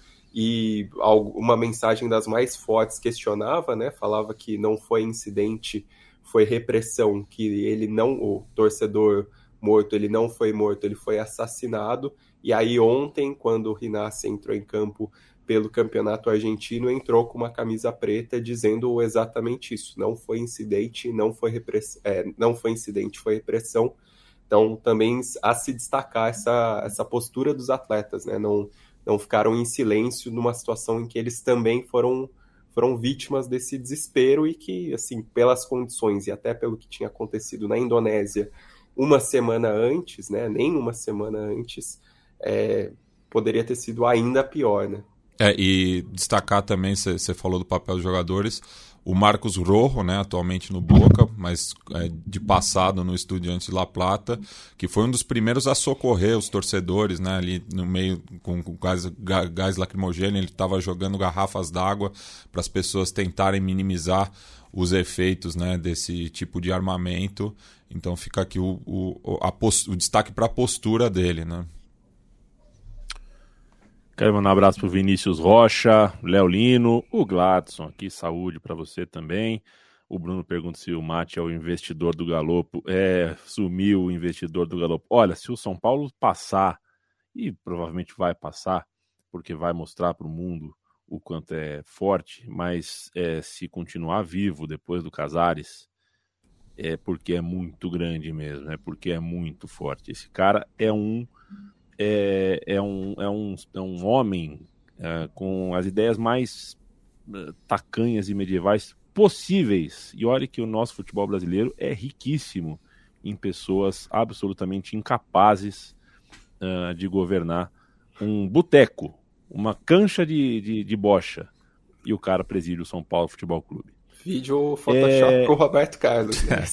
e uma mensagem das mais fortes questionava, né, falava que não foi incidente, foi repressão, que o torcedor morto, ele não foi morto, ele foi assassinado. E aí ontem, quando o Rinácia entrou em campo pelo Campeonato Argentino, entrou com uma camisa preta dizendo exatamente isso: não foi incidente, não foi incidente, foi repressão. Então também a se destacar essa postura dos atletas, né? Não ficaram em silêncio numa situação em que eles também foram vítimas desse desespero, e que, assim, pelas condições e até pelo que tinha acontecido na Indonésia uma semana antes, né, nem uma semana antes, poderia ter sido ainda pior, né? E destacar também, você falou do papel dos jogadores, o Marcos Rojo, né, atualmente no Boca, mas de passado no Estudiantes de La Plata, que foi um dos primeiros a socorrer os torcedores, né, ali no meio com gás lacrimogêneo. Ele estava jogando garrafas d'água para as pessoas tentarem minimizar os efeitos, né, desse tipo de armamento. Então fica aqui o destaque para a postura dele, né? Quero mandar um abraço pro Vinícius Rocha, Léo Lino, o Gladson aqui, saúde para você também. O Bruno pergunta se o Mate é o investidor do Galopo. Sumiu o investidor do Galopo. Olha, se o São Paulo passar, e provavelmente vai passar, porque vai mostrar para o mundo o quanto é forte, mas se continuar vivo depois do Casares, é porque é muito grande mesmo, é porque é muito forte. Esse cara é um homem com as ideias mais tacanhas e medievais possíveis. E olha que o nosso futebol brasileiro é riquíssimo em pessoas absolutamente incapazes de governar um boteco, uma cancha de bocha, e o cara preside o São Paulo Futebol Clube. Vídeo Photoshop com o Roberto Carlos. Né?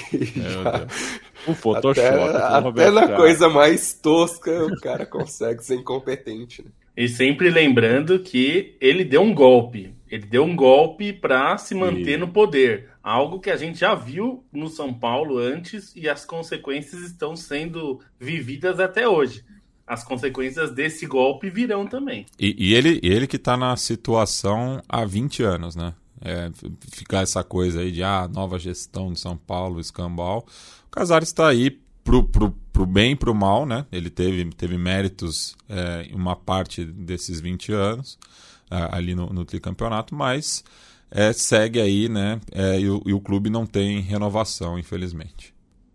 O Photoshop até com o Roberto na Carlos. Coisa mais tosca o cara consegue ser incompetente. Né? E sempre lembrando que ele deu um golpe. Ele deu um golpe para se manter no poder. Algo que a gente já viu no São Paulo antes e as consequências estão sendo vividas até hoje. As consequências desse golpe virão também. E ele que está na situação há 20 anos, né? Ficar essa coisa aí de nova gestão de São Paulo, escambau. O Casares está aí pro bem e pro mal, né? Ele teve méritos em uma parte desses 20 anos ali no tricampeonato, mas segue aí, né? E o clube não tem renovação, infelizmente.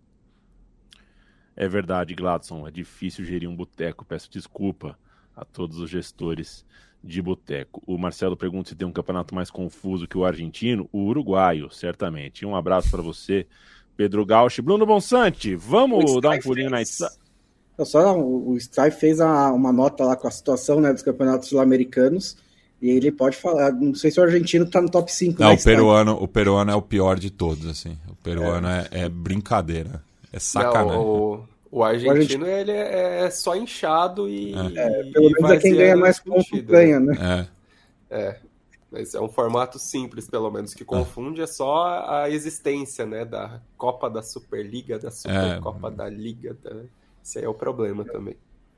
É verdade, Gladson, é difícil gerir um boteco, peço desculpa a todos os gestores de boteco. O Marcelo pergunta se tem um campeonato mais confuso que o argentino, o uruguaio, certamente. Um abraço para você, Pedro Gauchi. Bruno Bonsante, vamos dar um pulinho na... O Streif fez uma nota lá com a situação, né, dos campeonatos sul-americanos, e ele pode falar, não sei se o argentino está no top 5. Não, o peruano é o pior de todos, assim. O peruano é brincadeira. É sacanagem. Não, o argentino ele é só inchado e pelo menos é quem ganha mais pontos ganha, né? Mas é um formato simples, pelo menos, que confunde só a existência, né, da Copa da Superliga, da Supercopa da Liga. Esse aí é o problema também.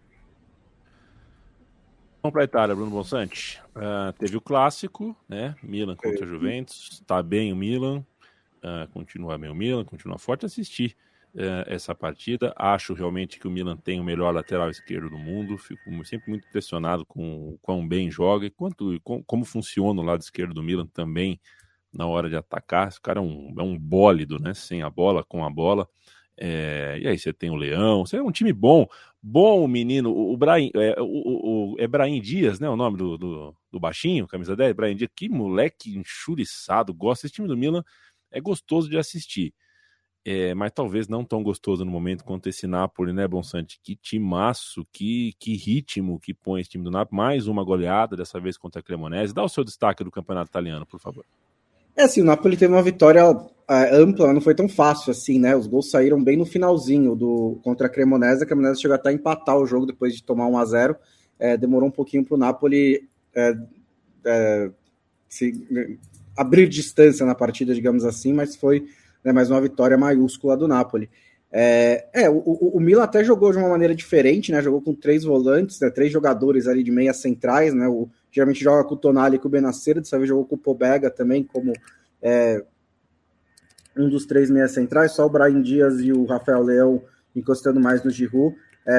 Vamos para a Itália, Bruno Bonsante. Teve o clássico, né? Milan contra Juventus. Está bem o Milan. Continua bem o Milan, continua forte. Assistir essa partida. Acho realmente que o Milan tem o melhor lateral esquerdo do mundo. Fico sempre muito impressionado com o quão bem joga e como funciona o lado esquerdo do Milan também na hora de atacar. Esse cara é um bólido, né? Sem a bola, com a bola. E aí você tem o Leão. Você é um time bom o menino. O Brahim, Brahim Dias, né? O nome do baixinho, camisa 10, Brahim Dias. Que moleque enxuriçado. Gosto. Esse time do Milan é gostoso de assistir. Mas talvez não tão gostoso no momento quanto esse Napoli, né, Bonsante? Que timaço, que ritmo que põe esse time do Napoli. Mais uma goleada, dessa vez contra a Cremonese. Dá o seu destaque do campeonato italiano, por favor. Assim, o Napoli teve uma vitória ampla, não foi tão fácil assim, né? Os gols saíram bem no finalzinho contra a Cremonese. A Cremonese chegou até a empatar o jogo depois de tomar 1-0. Demorou um pouquinho para o Napoli abrir distância na partida, digamos assim, mas foi... mais uma vitória maiúscula do Napoli. O Milan até jogou de uma maneira diferente, né? Jogou com 3 volantes, né? 3 jogadores ali de meias centrais, né? Geralmente joga com o Tonali e com o Benacer, dessa vez jogou com o Pobega também, como um dos 3 meias centrais, só o Brahim Dias e o Rafael Leão encostando mais no Giroud.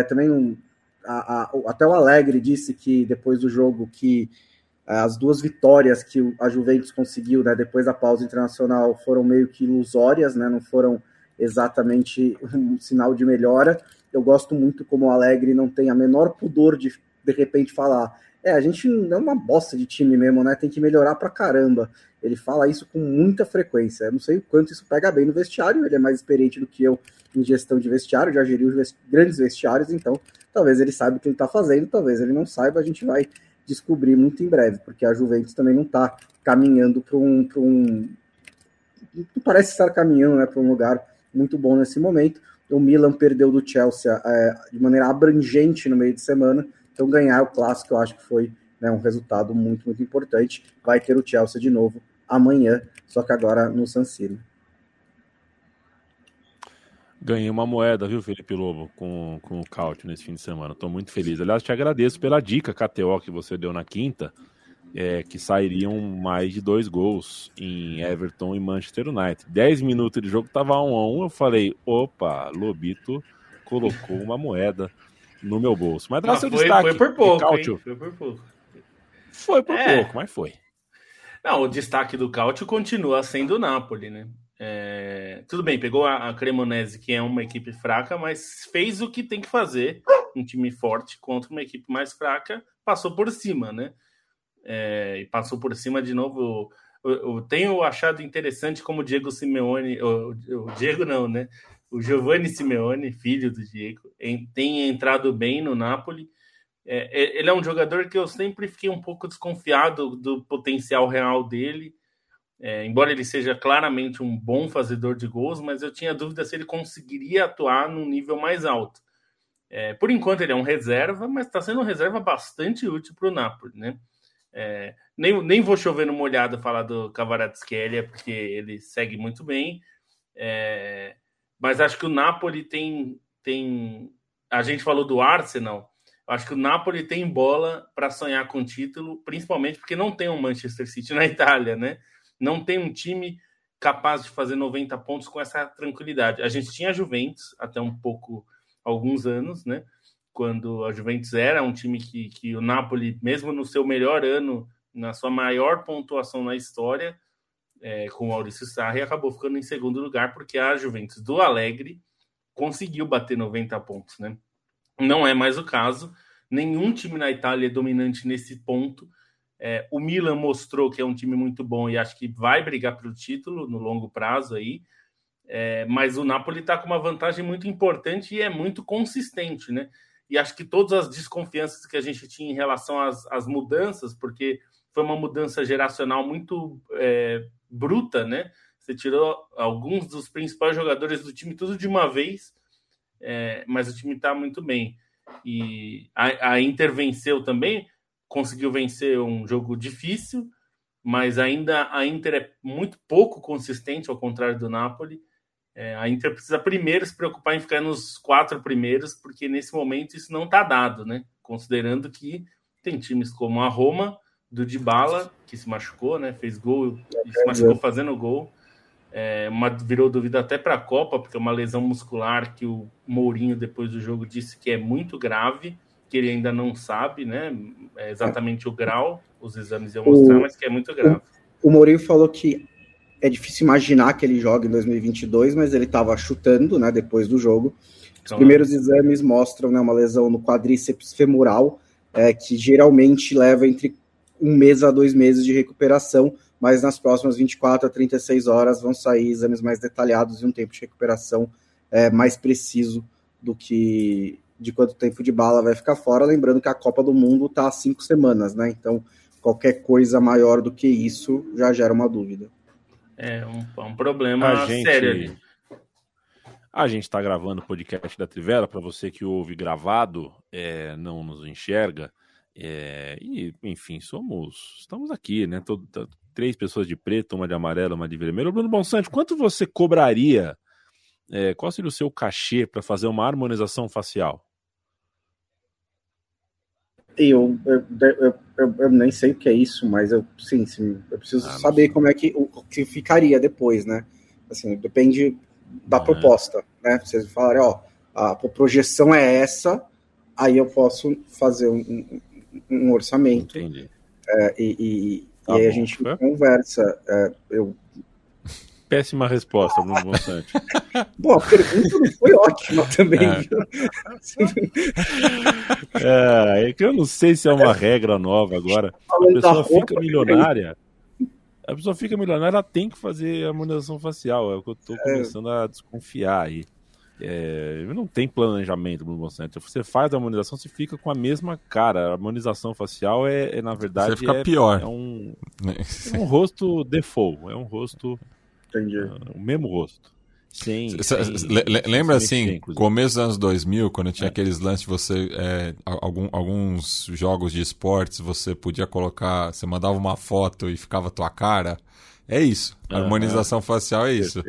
Até o Allegri disse que depois do jogo que as 2 vitórias que a Juventus conseguiu, né, depois da pausa internacional foram meio que ilusórias, né, não foram exatamente um sinal de melhora. Eu gosto muito como o Allegri não tem a menor pudor de repente falar a gente é uma bosta de time mesmo, né, tem que melhorar pra caramba. Ele fala isso com muita frequência. Eu não sei o quanto isso pega bem no vestiário, ele é mais experiente do que eu em gestão de vestiário, já geriu grandes vestiários, então talvez ele saiba o que ele está fazendo, talvez ele não saiba, a gente vai descobrir muito em breve, porque a Juventus também não está caminhando para não parece estar caminhando, né, para um lugar muito bom nesse momento. O Milan perdeu do Chelsea de maneira abrangente no meio de semana, então ganhar o clássico eu acho que foi, né, um resultado muito, muito importante. Vai ter o Chelsea de novo amanhã, só que agora no San Siro. Ganhei uma moeda, viu, Felipe Lobo, com o Cautio nesse fim de semana. Estou muito feliz. Aliás, te agradeço pela dica KTO que você deu na quinta, que sairiam mais de 2 gols em Everton e Manchester United. 10 minutos de jogo, estava 1-1. Eu falei, opa, Lobito colocou uma moeda no meu bolso. Mas dá seu destaque. Foi por pouco, Cautio. Foi por pouco. Foi por pouco, mas foi. Não, o destaque do Cautio continua sendo o Napoli, né? Tudo bem, pegou a Cremonese, que é uma equipe fraca, mas fez o que tem que fazer. Um time forte contra uma equipe mais fraca, passou por cima, né? E passou por cima de novo. Eu tenho achado interessante como o Diego Simeone, o Diego não, né? O Giovanni Simeone, filho do Diego, tem entrado bem no Napoli. Ele é um jogador que eu sempre fiquei um pouco desconfiado do potencial real dele. Embora ele seja claramente um bom fazedor de gols, mas eu tinha dúvida se ele conseguiria atuar num nível mais alto. Por enquanto ele é um reserva, mas está sendo um reserva bastante útil para o Napoli, né? Nem vou chover no molhado falar do Kvaratskhelia, porque ele segue muito bem, mas acho que o Napoli tem... A gente falou do Arsenal, acho que o Napoli tem bola para sonhar com título, principalmente porque não tem um Manchester City na Itália, né? Não tem um time capaz de fazer 90 pontos com essa tranquilidade. A gente tinha a Juventus até alguns anos, né? Quando a Juventus era um time que o Napoli, mesmo no seu melhor ano, na sua maior pontuação na história, com o Maurício Sarri, acabou ficando em segundo lugar, porque a Juventus do Allegri conseguiu bater 90 pontos, né? Não é mais o caso. Nenhum time na Itália é dominante nesse ponto. O Milan mostrou que é um time muito bom e acho que vai brigar pelo título no longo prazo aí. Mas o Napoli está com uma vantagem muito importante e é muito consistente, né? E acho que todas as desconfianças que a gente tinha em relação às mudanças, porque foi uma mudança geracional muito bruta, né? Você tirou alguns dos principais jogadores do time tudo de uma vez, mas o time está muito bem. E a Inter venceu também, conseguiu vencer um jogo difícil, mas ainda a Inter é muito pouco consistente, ao contrário do Napoli. A Inter precisa primeiro se preocupar em ficar nos 4 primeiros, porque nesse momento isso não está dado, né? Considerando que tem times como a Roma, do Dybala, que se machucou, né? Fez gol e se machucou fazendo gol. Virou dúvida até para a Copa, porque é uma lesão muscular que o Mourinho, depois do jogo, disse que é muito grave, que ele ainda não sabe, né? Exatamente o grau, os exames iam mostrar, mas que é muito grave. O Mourinho falou que é difícil imaginar que ele joga em 2022, mas ele estava chutando, né, depois do jogo. Os primeiros exames mostram, né, uma lesão no quadríceps femoral, que geralmente leva entre 1 mês a 2 meses de recuperação, mas nas próximas 24 a 36 horas vão sair exames mais detalhados e um tempo de recuperação mais preciso do que de quanto tempo de bala vai ficar fora. Lembrando que a Copa do Mundo está há 5 semanas, né? Então, qualquer coisa maior do que isso já gera uma dúvida. É um problema sério. A gente está gravando o podcast da Trivela, para você que ouve gravado, não nos enxerga. E, enfim, estamos aqui, né? 3 pessoas de preto, uma de amarelo, uma de vermelho. Bruno Bonsante, quanto você cobraria? Qual seria o seu cachê para fazer uma harmonização facial? Eu nem sei o que é isso, mas eu preciso saber como é que ficaria depois, né? Assim, depende da proposta, né? Vocês falarem, a projeção é essa, aí eu posso fazer um orçamento. Entendi. E aí a gente conversa. Péssima resposta, Bruno Bonsante. Bom, a pergunta não foi ótima também. É que eu não sei se é uma regra nova agora. A pessoa fica milionária. Ela tem que fazer harmonização facial. É o que eu estou começando a desconfiar aí. Não tem planejamento, Bruno Bonsante. Você faz a harmonização, você fica com a mesma cara. A harmonização facial na verdade, você fica pior. É um rosto default. É um rosto... Entendi. O mesmo rosto. Lembra assim, começo dos anos 2000, quando tinha aqueles lances de você, alguns jogos de esportes, você podia colocar, você mandava uma foto e ficava a tua cara? É isso. A harmonização facial é isso.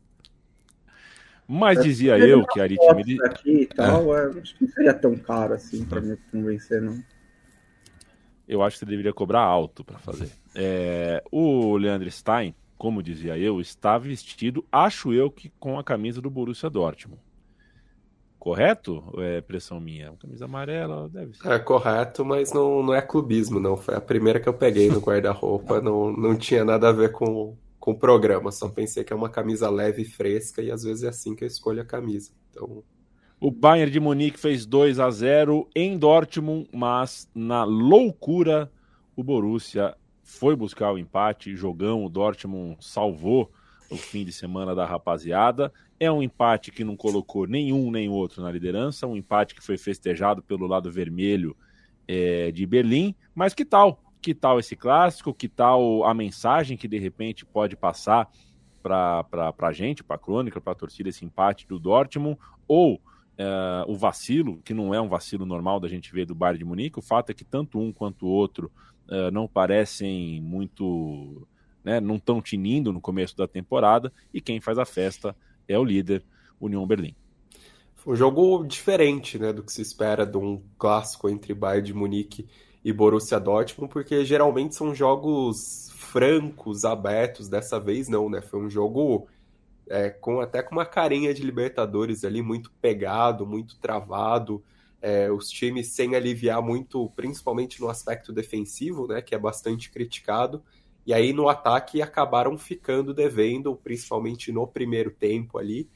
Mas dizia eu que a aritmética... aqui e tal, acho que não seria tão caro assim para me convencer, não. Eu acho que você deveria cobrar alto para fazer. O Leandro Stein, como dizia eu, está vestido, acho eu, que com a camisa do Borussia Dortmund. correto? Ou é pressão minha? Camisa amarela deve ser. É correto, mas não é clubismo, não. Foi a primeira que eu peguei no guarda-roupa, não tinha nada a ver com o programa. Só pensei que é uma camisa leve e fresca e às vezes é assim que eu escolho a camisa. Então... O Bayern de Munique fez 2-0 em Dortmund, mas na loucura o Borussia foi buscar o empate. Jogão, o Dortmund salvou o fim de semana da rapaziada. É um empate que não colocou nenhum nem outro na liderança, um empate que foi festejado pelo lado vermelho de Berlim. Mas que tal? Que tal esse clássico? Que tal a mensagem que de repente pode passar para a gente, para a crônica, para a torcida, esse empate do Dortmund? Ou o vacilo, que não é um vacilo normal da gente ver do Bayern de Munique, o fato é que tanto um quanto o outro não parecem muito, né, não estão tinindo no começo da temporada, e quem faz a festa é o líder, União Berlim. Foi um jogo diferente, né, do que se espera de um clássico entre Bayern de Munique e Borussia Dortmund, porque geralmente são jogos francos, abertos. Dessa vez não, né, foi um jogo até com uma carinha de Libertadores ali, muito pegado, muito travado, os times sem aliviar muito, principalmente no aspecto defensivo, né, que é bastante criticado, e aí no ataque acabaram ficando devendo, principalmente no primeiro tempo ali,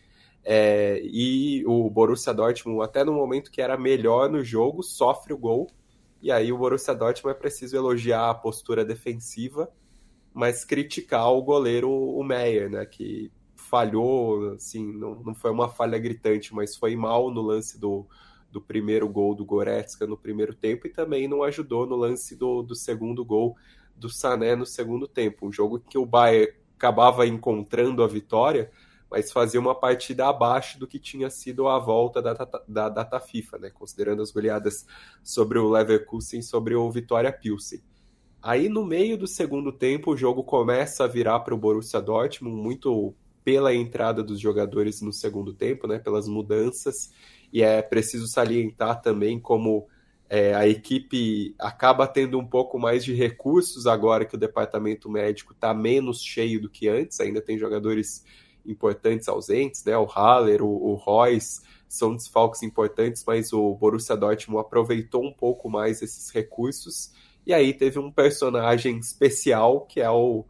e o Borussia Dortmund, até no momento que era melhor no jogo, sofre o gol, e aí o Borussia Dortmund é preciso elogiar a postura defensiva, mas criticar o goleiro, o Meyer, né, que falhou, assim, não foi uma falha gritante, mas foi mal no lance do primeiro gol do Goretzka no primeiro tempo e também não ajudou no lance do segundo gol do Sané no segundo tempo. Um jogo que o Bayern acabava encontrando a vitória, mas fazia uma partida abaixo do que tinha sido a volta da data FIFA, né? Considerando as goleadas sobre o Leverkusen e sobre o Vitória Pilsen. Aí, no meio do segundo tempo, o jogo começa a virar para o Borussia Dortmund, muito pela entrada dos jogadores no segundo tempo, né, pelas mudanças, e é preciso salientar também como a equipe acaba tendo um pouco mais de recursos agora que o departamento médico está menos cheio do que antes, ainda tem jogadores importantes ausentes, né, o Haller, o Reus, são desfalques importantes, mas o Borussia Dortmund aproveitou um pouco mais esses recursos, e aí teve um personagem especial, que é o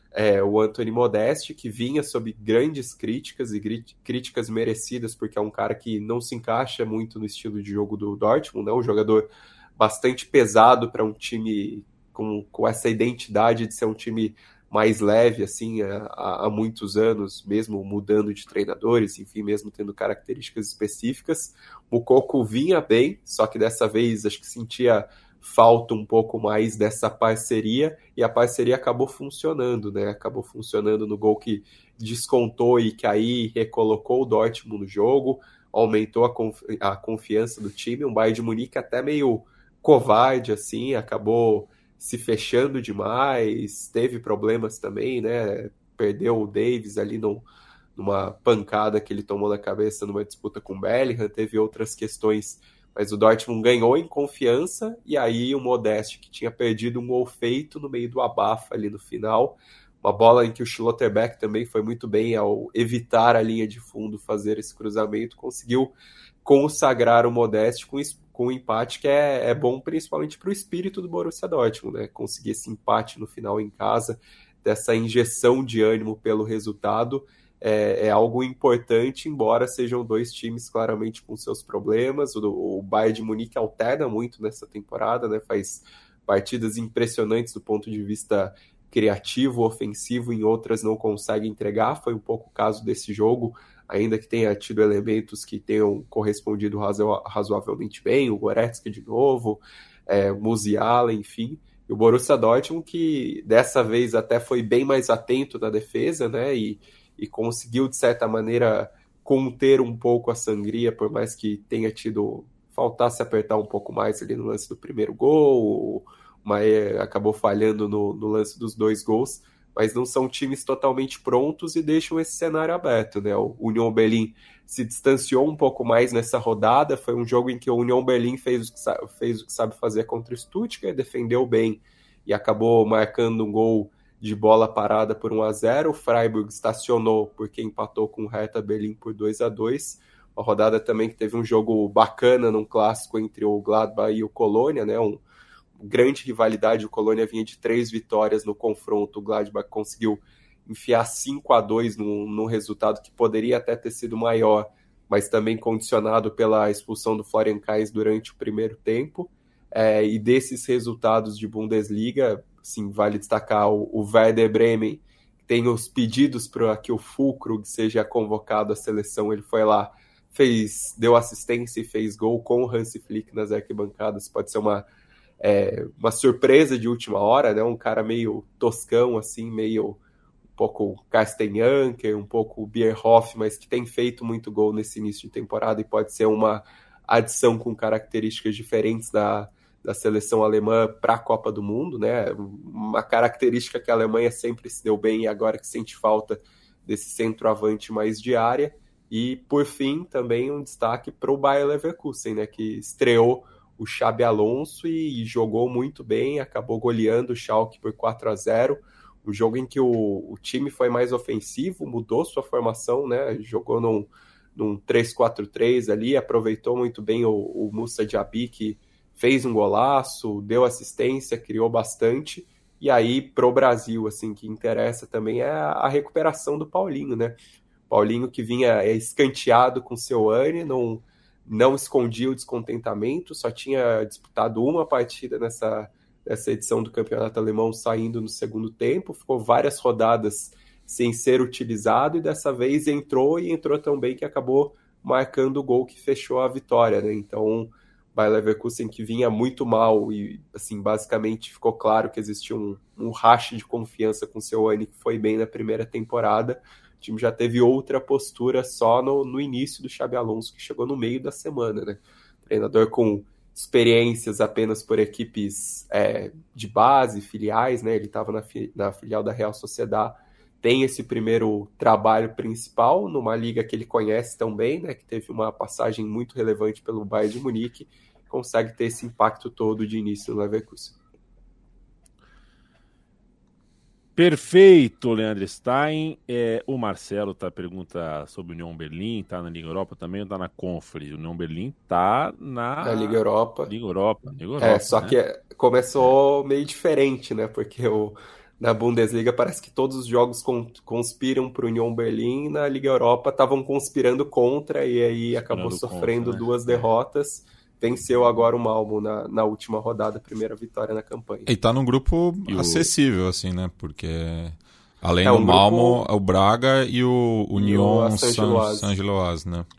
Anthony Modeste, que vinha sob grandes críticas e críticas merecidas, porque é um cara que não se encaixa muito no estilo de jogo do Dortmund, né? Um jogador bastante pesado para um time com essa identidade de ser um time mais leve, assim, há muitos anos, mesmo mudando de treinadores, enfim, mesmo tendo características específicas. O Coco vinha bem, só que dessa vez acho que sentia falta um pouco mais dessa parceria, e a parceria acabou funcionando, né? Acabou funcionando no gol que descontou e que aí recolocou o Dortmund no jogo, aumentou a confiança do time. Um Bayern de Munique até meio covarde, assim, acabou se fechando demais, teve problemas também, né? Perdeu o Davies ali numa pancada que ele tomou na cabeça numa disputa com o Bellingham, teve outras questões, mas o Dortmund ganhou em confiança, e aí o Modeste, que tinha perdido um gol feito no meio do abafa ali no final, uma bola em que o Schlotterbeck também foi muito bem ao evitar a linha de fundo, fazer esse cruzamento, conseguiu consagrar o Modeste com um empate que é bom principalmente para o espírito do Borussia Dortmund, né? Conseguir esse empate no final em casa, dessa injeção de ânimo pelo resultado, é algo importante, embora sejam dois times claramente com seus problemas. O Bayern de Munique alterna muito nessa temporada, né? Faz partidas impressionantes do ponto de vista criativo, ofensivo, em outras não consegue entregar. Foi um pouco o caso desse jogo, ainda que tenha tido elementos que tenham correspondido razoavelmente bem, o Goretzka de novo, Musiala, enfim. E o Borussia Dortmund, que dessa vez até foi bem mais atento na defesa, né? E conseguiu, de certa maneira, conter um pouco a sangria, por mais que tenha faltasse apertar um pouco mais ali no lance do primeiro gol, mas acabou falhando no lance dos dois gols, mas não são times totalmente prontos e deixam esse cenário aberto, né? O Union Berlin se distanciou um pouco mais nessa rodada, foi um jogo em que o Union Berlin fez o que sabe fazer contra o Stuttgart, defendeu bem e acabou marcando um gol de bola parada por 1-0, o Freiburg estacionou porque empatou com o Hertha Berlim por 2-2, Uma rodada também que teve um jogo bacana num clássico entre o Gladbach e o Colônia, né? Uma grande rivalidade. O Colônia vinha de 3 vitórias no confronto. O Gladbach conseguiu enfiar 5-2 num resultado que poderia até ter sido maior, mas também condicionado pela expulsão do Florian Kainz durante o primeiro tempo. E desses resultados de Bundesliga, assim, vale destacar o Werder Bremen, que tem os pedidos para que o Füllkrug seja convocado à seleção. Ele foi lá, deu assistência e fez gol com o Hansi Flick nas arquibancadas. Pode ser uma surpresa de última hora, né? Um cara meio toscão, assim, meio um pouco Kastenjanker, um pouco Bierhoff, mas que tem feito muito gol nesse início de temporada e pode ser uma adição com características diferentes da seleção alemã para a Copa do Mundo, né? Uma característica que a Alemanha sempre se deu bem e agora que sente falta desse centroavante mais de área. E, por fim, também um destaque para o Bayer Leverkusen, né? Que estreou o Xabi Alonso e jogou muito bem, acabou goleando o Schalke por 4-0. Um jogo em que o time foi mais ofensivo, mudou sua formação, né? Jogou num 3-4-3 ali, aproveitou muito bem o Moussa Diaby, que fez um golaço, deu assistência, criou bastante. E aí, pro Brasil, assim, que interessa também é a recuperação do Paulinho, né? Paulinho que vinha escanteado com o Seoane, não escondia o descontentamento, só tinha disputado uma partida nessa edição do Campeonato Alemão, saindo no segundo tempo, ficou várias rodadas sem ser utilizado e dessa vez entrou tão bem que acabou marcando o gol que fechou a vitória, né? Então, Bayer Leverkusen que vinha muito mal e, assim, basicamente ficou claro que existia um racha de confiança com o Seoane, que foi bem na primeira temporada. O time já teve outra postura só no início do Xabi Alonso, que chegou no meio da semana, né? Treinador com experiências apenas por equipes de base, filiais, né? Ele estava na filial da Real Sociedad. Tem esse primeiro trabalho principal numa liga que ele conhece tão bem, né? Que teve uma passagem muito relevante pelo Bayern de Munique, consegue ter esse impacto todo de início no Leverkusen. Perfeito, Leandro Stein. O Marcelo pergunta sobre o União Berlim, tá na Liga Europa também ou tá na Conference? O União Berlim tá na Liga Europa. Liga Europa, só né? Que começou meio diferente, né? Porque na Bundesliga parece que todos os jogos conspiram para o União Berlim, na Liga Europa estavam conspirando contra e aí acabou sofrendo duas derrotas. Venceu agora o Malmo na última rodada, primeira vitória na campanha. E tá num grupo acessível, assim, né? Porque além do Malmo, o Braga e o Union Saint-Gilloise, né?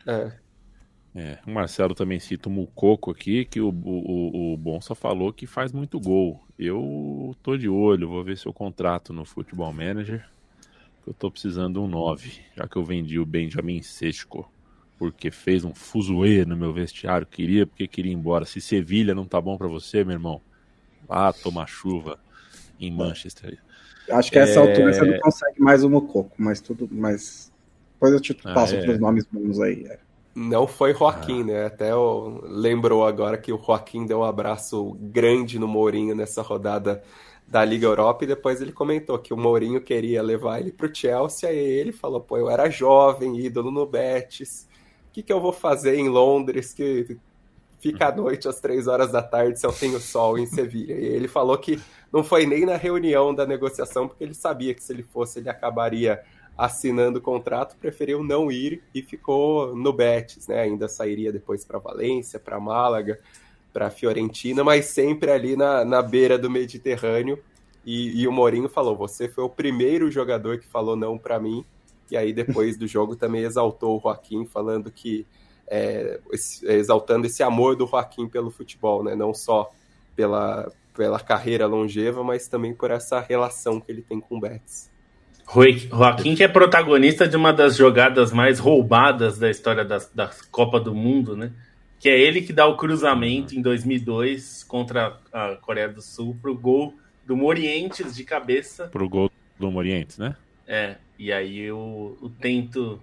O Marcelo também cita o Moukoko aqui, que o Bonsa falou que faz muito gol. Eu tô de olho, vou ver se eu contrato no Football Manager, que eu tô precisando de um 9, já que eu vendi o Benjamin Sesko, porque fez um fuzuê no meu vestiário, porque queria ir embora. Se Sevilha não tá bom pra você, meu irmão, vá tomar chuva em Manchester. Acho que a essa altura você não consegue mais o Moukoko, mas depois eu te passo outros nomes bons aí. Não foi Joaquim, né? Até lembrou agora que o Joaquim deu um abraço grande no Mourinho nessa rodada da Liga Europa e depois ele comentou que o Mourinho queria levar ele pro Chelsea e ele falou, eu era jovem, ídolo no Betis, o que eu vou fazer em Londres que fica à noite às 3 horas da tarde se eu tenho sol em Sevilha? E ele falou que não foi nem na reunião da negociação, porque ele sabia que se ele fosse ele acabaria assinando o contrato, preferiu não ir e ficou no Betis, né? Ainda sairia depois para Valência, para Málaga, para Fiorentina, mas sempre ali na beira do Mediterrâneo. E o Mourinho falou, você foi o primeiro jogador que falou não para mim. E aí depois do jogo também exaltou o Joaquim, falando que exaltando esse amor do Joaquim pelo futebol, né? Não só pela carreira longeva, mas também por essa relação que ele tem com o Betis. Joaquim, que é protagonista de uma das jogadas mais roubadas da história da Copa do Mundo, né? Que é ele que dá o cruzamento em 2002 contra a Coreia do Sul pro gol do Morientes de cabeça. Pro gol do Morientes, né? E aí o tento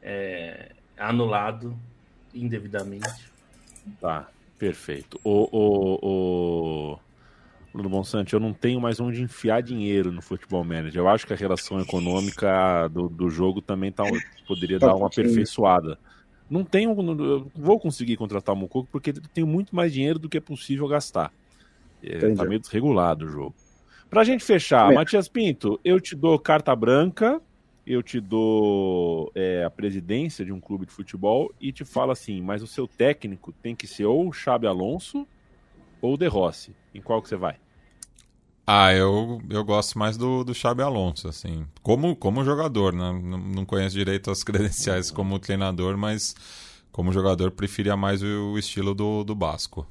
anulado indevidamente. Tá, perfeito. Bruno Bonsante, eu não tenho mais onde enfiar dinheiro no Football Manager. Eu acho que a relação econômica do jogo também poderia dar uma aperfeiçoada. Não eu vou conseguir contratar o Moukoko porque tenho muito mais dinheiro do que é possível gastar. Tá meio desregulado o jogo. Pra gente fechar, Matias Pinto, eu te dou carta branca, eu te dou a presidência de um clube de futebol e te falo assim, mas o seu técnico tem que ser ou o Xabi Alonso ou o De Rossi. Em qual que você vai? Eu gosto mais do Xabi Alonso, assim, como jogador, né? Não conheço direito as credenciais como treinador, mas como jogador preferia mais o estilo do Basco.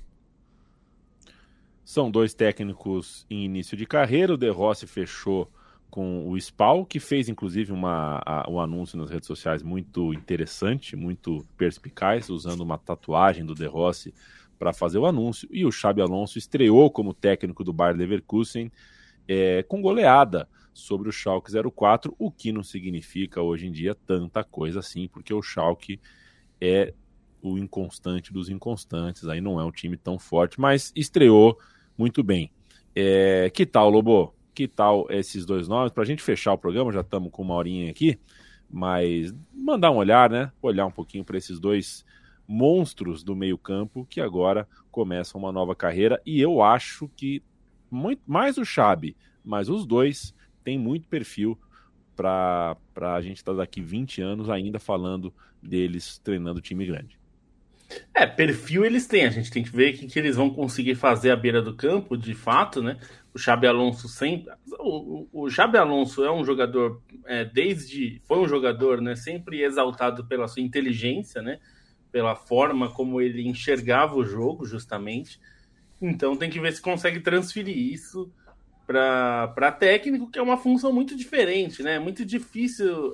São 2 técnicos em início de carreira, o De Rossi fechou com o SPAL, que fez inclusive um anúncio nas redes sociais muito interessante, muito perspicaz, usando uma tatuagem do De Rossi para fazer o anúncio, e o Xabi Alonso estreou como técnico do Bayer Leverkusen com goleada sobre o Schalke 04, o que não significa hoje em dia tanta coisa assim, porque o Schalke é o inconstante dos inconstantes, aí não é um time tão forte, mas estreou muito bem. Que tal, Lobo? Que tal esses 2 nomes? Para a gente fechar o programa, já estamos com 1 horinha aqui, mas mandar um olhar, né? Olhar um pouquinho para esses 2 monstros do meio-campo que agora começam uma nova carreira, e eu acho que muito mais o Xabi, mas os 2 têm muito perfil para a gente estar daqui 20 anos ainda falando deles treinando time grande. Perfil eles têm, a gente tem que ver o que eles vão conseguir fazer à beira do campo, de fato, né? O Xabi Alonso sempre... O Xabi Alonso é um jogador, foi um jogador, né, sempre exaltado pela sua inteligência, né? Pela forma como ele enxergava o jogo, justamente. Então tem que ver se consegue transferir isso para técnico, que é uma função muito diferente, né? É muito difícil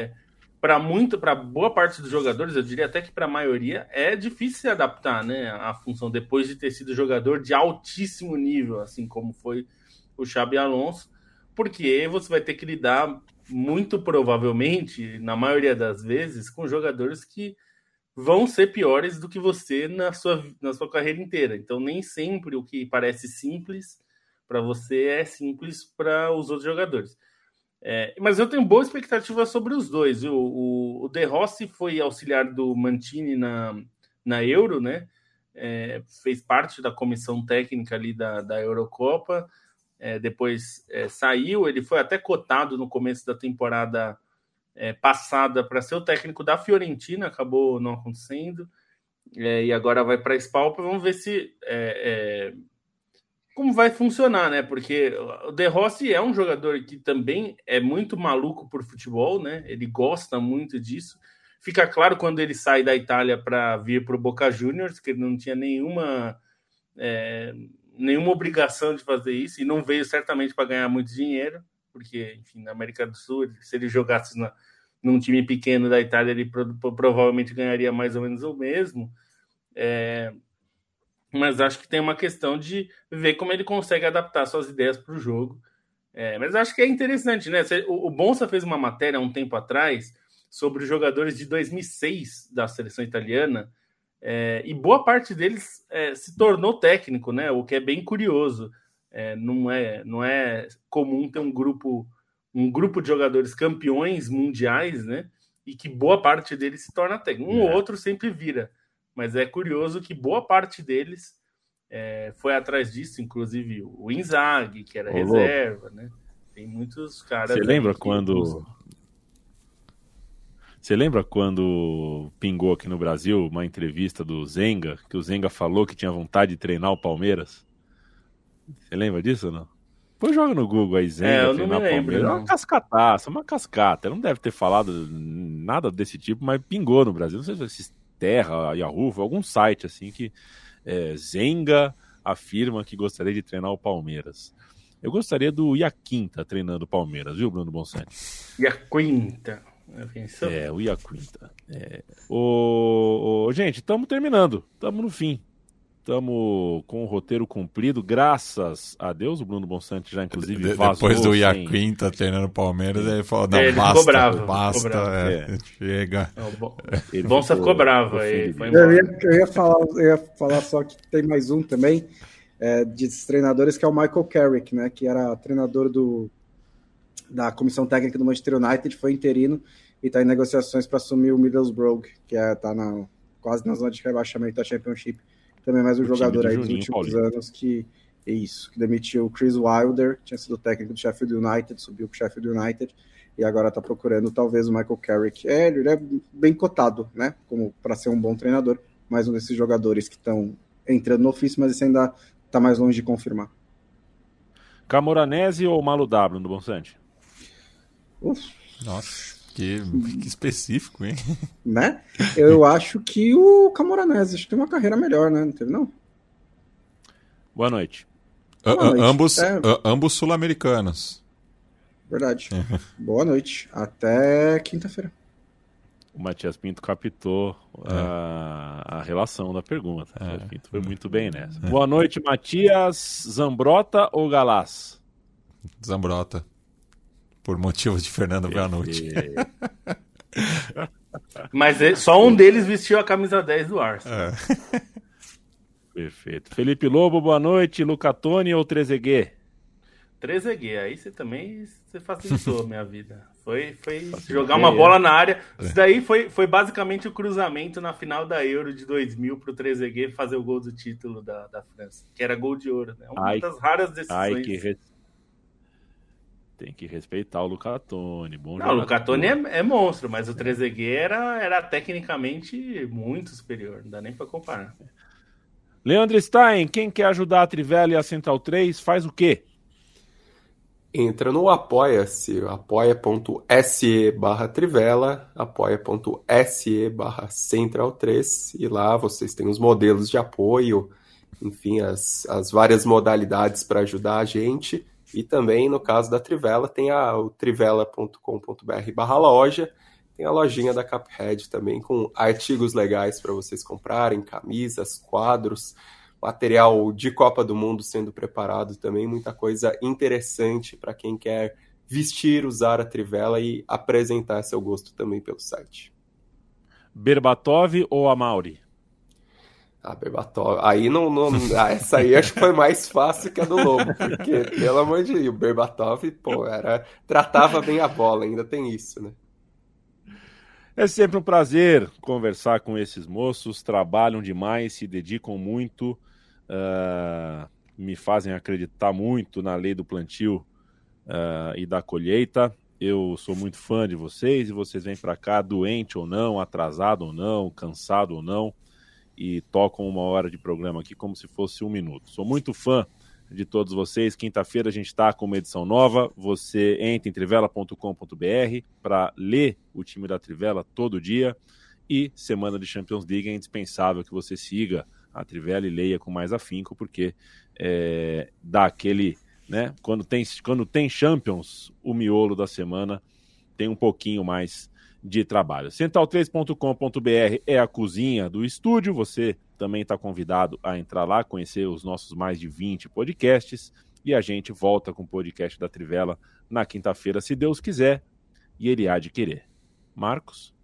para boa parte dos jogadores, eu diria até que para a maioria, é difícil se adaptar, né, à função depois de ter sido jogador de altíssimo nível, assim como foi o Xabi Alonso, porque você vai ter que lidar muito provavelmente, na maioria das vezes, com jogadores que vão ser piores do que você na sua carreira inteira. Então nem sempre o que parece simples para você é simples para os outros jogadores. Mas eu tenho boa expectativa sobre os 2. O De Rossi foi auxiliar do Mancini na Euro, né? Fez parte da comissão técnica ali da Eurocopa. Depois saiu. Ele foi até cotado no começo da temporada passada para ser o técnico da Fiorentina, acabou não acontecendo. E agora vai para a SPAL. Vamos ver se como vai funcionar, né? Porque o De Rossi é um jogador que também é muito maluco por futebol, né? Ele gosta muito disso. Fica claro quando ele sai da Itália para vir para o Boca Juniors, que ele não tinha nenhuma obrigação de fazer isso, e não veio certamente para ganhar muito dinheiro, porque, enfim, na América do Sul, se ele jogasse num time pequeno da Itália, ele provavelmente ganharia mais ou menos o mesmo. Mas acho que tem uma questão de ver como ele consegue adaptar suas ideias para o jogo. Mas acho que é interessante, né? O Bonsa fez uma matéria há um tempo atrás sobre os jogadores de 2006 da seleção italiana, e boa parte deles se tornou técnico, né? O que é bem curioso. Não é comum ter um grupo de jogadores campeões mundiais, né? E que boa parte deles se torna técnico. Um ou outro sempre vira. Mas é curioso que boa parte deles foi atrás disso, inclusive o Inzaghi, que era reserva, né? Tem muitos caras... Você lembra quando pingou aqui no Brasil uma entrevista do Zenga, que o Zenga falou que tinha vontade de treinar o Palmeiras? Você lembra disso ou não? Depois joga no Google aí, Zenga treinar o Palmeiras. É uma cascataça, uma cascata. Ele não deve ter falado nada desse tipo, mas pingou no Brasil. Não sei se Terra, Yahoo, algum site assim que Zenga afirma que gostaria de treinar o Palmeiras. Eu gostaria do Iaquinta treinando o Palmeiras, viu, Bruno Bonsante? Iaquinta. O Iaquinta. Gente, estamos terminando. Estamos no fim. Estamos com o roteiro cumprido, graças a Deus. O Bruno Bonsante já, inclusive, vazou. Depois do Iaquinta treinando o Palmeiras, ele falou, não, ele basta, ficou bravo, basta, chega. O Bonsa ficou bravo. Eu ia falar só que tem mais um também, de treinadores, que é o Michael Carrick, né, que era treinador da comissão técnica do Manchester United, foi interino, e está em negociações para assumir o Middlesbrough, que está quase na zona de rebaixamento da Championship. Também mais um jogador aí dos últimos anos que demitiu o Chris Wilder, que tinha sido técnico do Sheffield United, subiu para o Sheffield United, e agora está procurando talvez o Michael Carrick. Ele é bem cotado, né, como para ser um bom treinador, mais um desses jogadores que estão entrando no ofício, mas isso ainda está mais longe de confirmar. Camoranesi ou Malu W no Bonsante? Nossa, que específico, hein? Né? Eu acho que o Camoranesi, acho que tem uma carreira melhor, né? Não teve, não? Boa noite. Ambos sul-americanos. Verdade. Boa noite. Até quinta-feira. O Matias Pinto captou a relação da pergunta. O Matias Pinto foi muito bem nessa. Boa noite, Matias. Zambrota ou Galás? Zambrota. Por motivos de Fernando Branotti. Mas só um deles vestiu a camisa 10 do Arsenal. Perfeito. Felipe Lobo, boa noite. Luca Toni ou Trezeguet? Trezeguet, aí você facilitou a minha vida. Foi jogar uma bola na área. Isso daí foi basicamente o cruzamento na final da Euro de 2000 para o Trezeguet fazer o gol do título da França, que era gol de ouro, né? Uma das raras decisões. Tem que respeitar o Luca Toni. Não, o Luca Toni é monstro, mas o Trezeguet era tecnicamente muito superior, não dá nem para comparar. Leandro Stein, quem quer ajudar a Trivela e a Central 3, faz o quê? Entra no Apoia-se, apoia.se/Trivela, apoia.se/Central3, e lá vocês têm os modelos de apoio, enfim, as várias modalidades para ajudar a gente. E também, no caso da Trivela, tem o trivela.com.br/loja, tem a lojinha da Cuphead também, com artigos legais para vocês comprarem, camisas, quadros, material de Copa do Mundo sendo preparado também, muita coisa interessante para quem quer vestir, usar a Trivela e apresentar seu gosto também pelo site. Berbatov ou Amauri? Berbatov. Aí essa aí acho que foi mais fácil que a do Lobo, porque, pelo amor de Deus, o Berbatov, tratava bem a bola, ainda tem isso, né? É sempre um prazer conversar com esses moços, trabalham demais, se dedicam muito, me fazem acreditar muito na lei do plantio e da colheita. Eu sou muito fã de vocês e vocês vêm para cá doente ou não, atrasado ou não, cansado ou não, e tocam 1 hora de programa aqui como se fosse 1 minuto. Sou muito fã de todos vocês. Quinta-feira a gente está com uma edição nova. Você entra em trivela.com.br para ler o time da Trivela todo dia. E semana de Champions League é indispensável que você siga a Trivela e leia com mais afinco, porque dá aquele, né? Quando tem Champions, o miolo da semana tem um pouquinho mais de trabalho. Central3.com.br é a cozinha do estúdio. Você também está convidado a entrar lá, conhecer os nossos mais de 20 podcasts, e a gente volta com o podcast da Trivela na quinta-feira, se Deus quiser, e ele há de querer. Marcos?